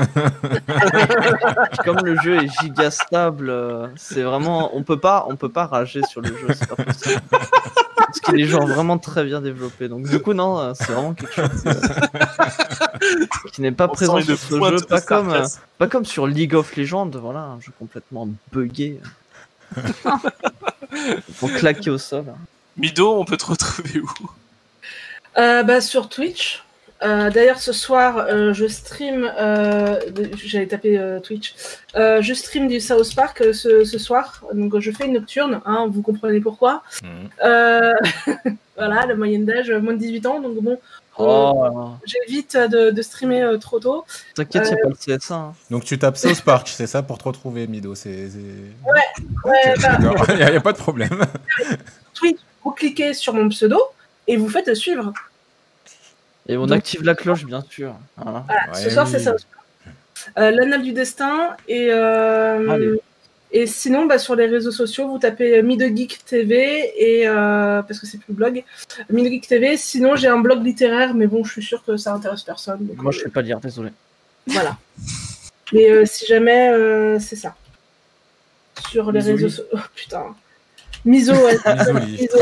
[SPEAKER 4] Comme le jeu est giga stable, c'est vraiment, on peut pas rager sur le jeu, c'est pas possible. Parce qu'il est genre vraiment très bien développé. Donc du coup non, c'est vraiment quelque chose qui n'est pas présent sur ce jeu, pas comme sur League of Legends, voilà, un jeu complètement buggé. Pour claquer au sol.
[SPEAKER 2] Mido, on peut te retrouver où?
[SPEAKER 5] Sur Twitch. D'ailleurs, ce soir, je stream. J'allais taper Twitch. Je stream du South Park ce soir. Donc, je fais une nocturne. Hein, vous comprenez pourquoi. Voilà, la moyenne d'âge, moins de 18 ans. Donc, bon. J'évite de streamer trop tôt.
[SPEAKER 4] T'inquiète, c'est pas le CSA. Hein.
[SPEAKER 1] Donc, tu tapes South Park, c'est ça, pour te retrouver, Mido.
[SPEAKER 5] Ouais.
[SPEAKER 1] Il n'y a pas de problème.
[SPEAKER 5] Twitch, vous cliquez sur mon pseudo et vous faites suivre.
[SPEAKER 4] Et on active la cloche, bien sûr. Voilà.
[SPEAKER 5] Ce soir, c'est ça. L'Annale du Destin. Et sinon, sur les réseaux sociaux, vous tapez Midogeek TV, parce que c'est plus blog. Midogeek TV. Sinon, j'ai un blog littéraire, mais bon, je suis sûr que ça intéresse personne. Donc,
[SPEAKER 4] moi, je ne sais pas lire, désolé.
[SPEAKER 5] Voilà. Mais si jamais, c'est ça. Sur les réseaux sociaux. Oh putain. Miso, ouais.
[SPEAKER 1] Miso.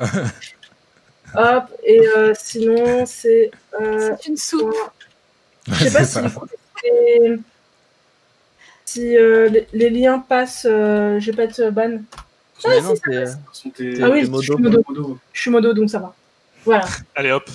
[SPEAKER 5] Hop, et sinon, c'est
[SPEAKER 3] une soupe.
[SPEAKER 5] Je sais pas si les liens passent, j'ai pas de ban.
[SPEAKER 4] Ah
[SPEAKER 5] oui, je suis modo, donc ça va. Voilà.
[SPEAKER 2] Allez hop.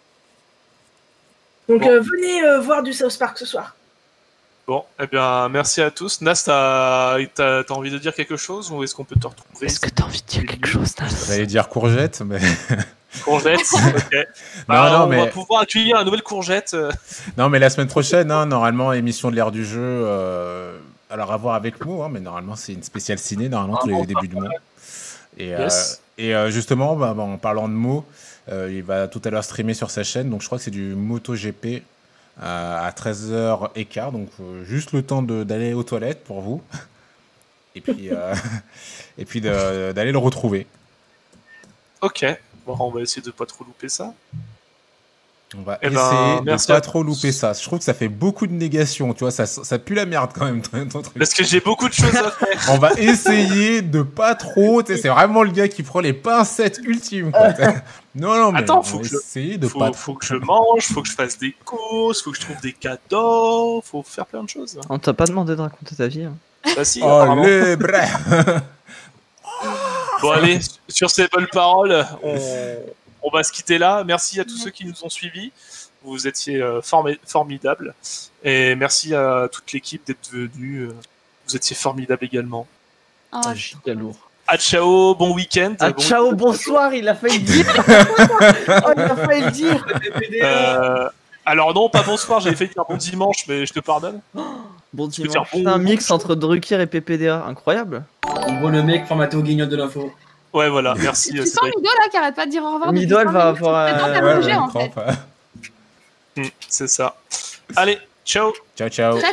[SPEAKER 5] Donc venez voir du South Park ce soir.
[SPEAKER 2] Bon, eh bien, merci à tous. Nas, t'as envie de dire quelque chose ou est-ce qu'on peut te retrouver?
[SPEAKER 4] Est-ce que t'as envie de dire quelque chose, Nas?
[SPEAKER 1] J'allais dire courgette, mais...
[SPEAKER 2] Courgette, ok. On va pouvoir accueillir la nouvelle courgette.
[SPEAKER 1] Non, mais la semaine prochaine, normalement, émission de l'ère du jeu. Alors, à voir avec Mo, mais normalement, c'est une spéciale ciné, normalement, tous les débuts du mois. Et justement, en parlant de Mo, il va tout à l'heure streamer sur sa chaîne. Donc, je crois que c'est du MotoGP à 13h15. Donc, juste le temps d'aller aux toilettes pour vous. Et puis, d'aller le retrouver.
[SPEAKER 2] Ok. Bon, on va essayer de pas trop louper ça.
[SPEAKER 1] On va essayer de pas trop louper ça. Je trouve que ça fait beaucoup de négations, tu vois, ça pue la merde quand même. Ton truc.
[SPEAKER 2] Parce que j'ai beaucoup de choses à faire.
[SPEAKER 1] On va essayer de pas trop, tu sais, c'est vraiment le gars qui prend les pincettes ultimes, quoi. Non, mais
[SPEAKER 2] attends,
[SPEAKER 1] faut que
[SPEAKER 2] je mange, faut que je fasse des courses, faut que je trouve des cadeaux, faut faire plein de choses.
[SPEAKER 4] On t'a pas demandé de raconter ta vie. Hein.
[SPEAKER 2] Bah si,
[SPEAKER 1] les bras.
[SPEAKER 2] Bon allez, sur ces bonnes paroles, on va se quitter là. Merci à tous ceux qui nous ont suivis. Vous étiez formidables. Et merci à toute l'équipe d'être venue. Vous étiez formidables également.
[SPEAKER 4] Giga lourd.
[SPEAKER 2] À ciao, bon week-end.
[SPEAKER 4] Ciao, bonsoir, il a failli le dire. Il a failli le dire.
[SPEAKER 2] Alors non, pas bonsoir, j'avais fait dire bon dimanche, mais je te pardonne.
[SPEAKER 4] Bon dimanche. C'est un mix entre Drucker et PPDA, incroyable.
[SPEAKER 6] On voit le mec formaté au guignol de l'info.
[SPEAKER 2] Ouais, voilà, merci.
[SPEAKER 3] Tu sens Mido là qui arrête pas de dire au revoir.
[SPEAKER 4] Mido, elle va avoir.
[SPEAKER 3] En fait.
[SPEAKER 2] C'est ça. Allez, ciao.
[SPEAKER 1] Ciao.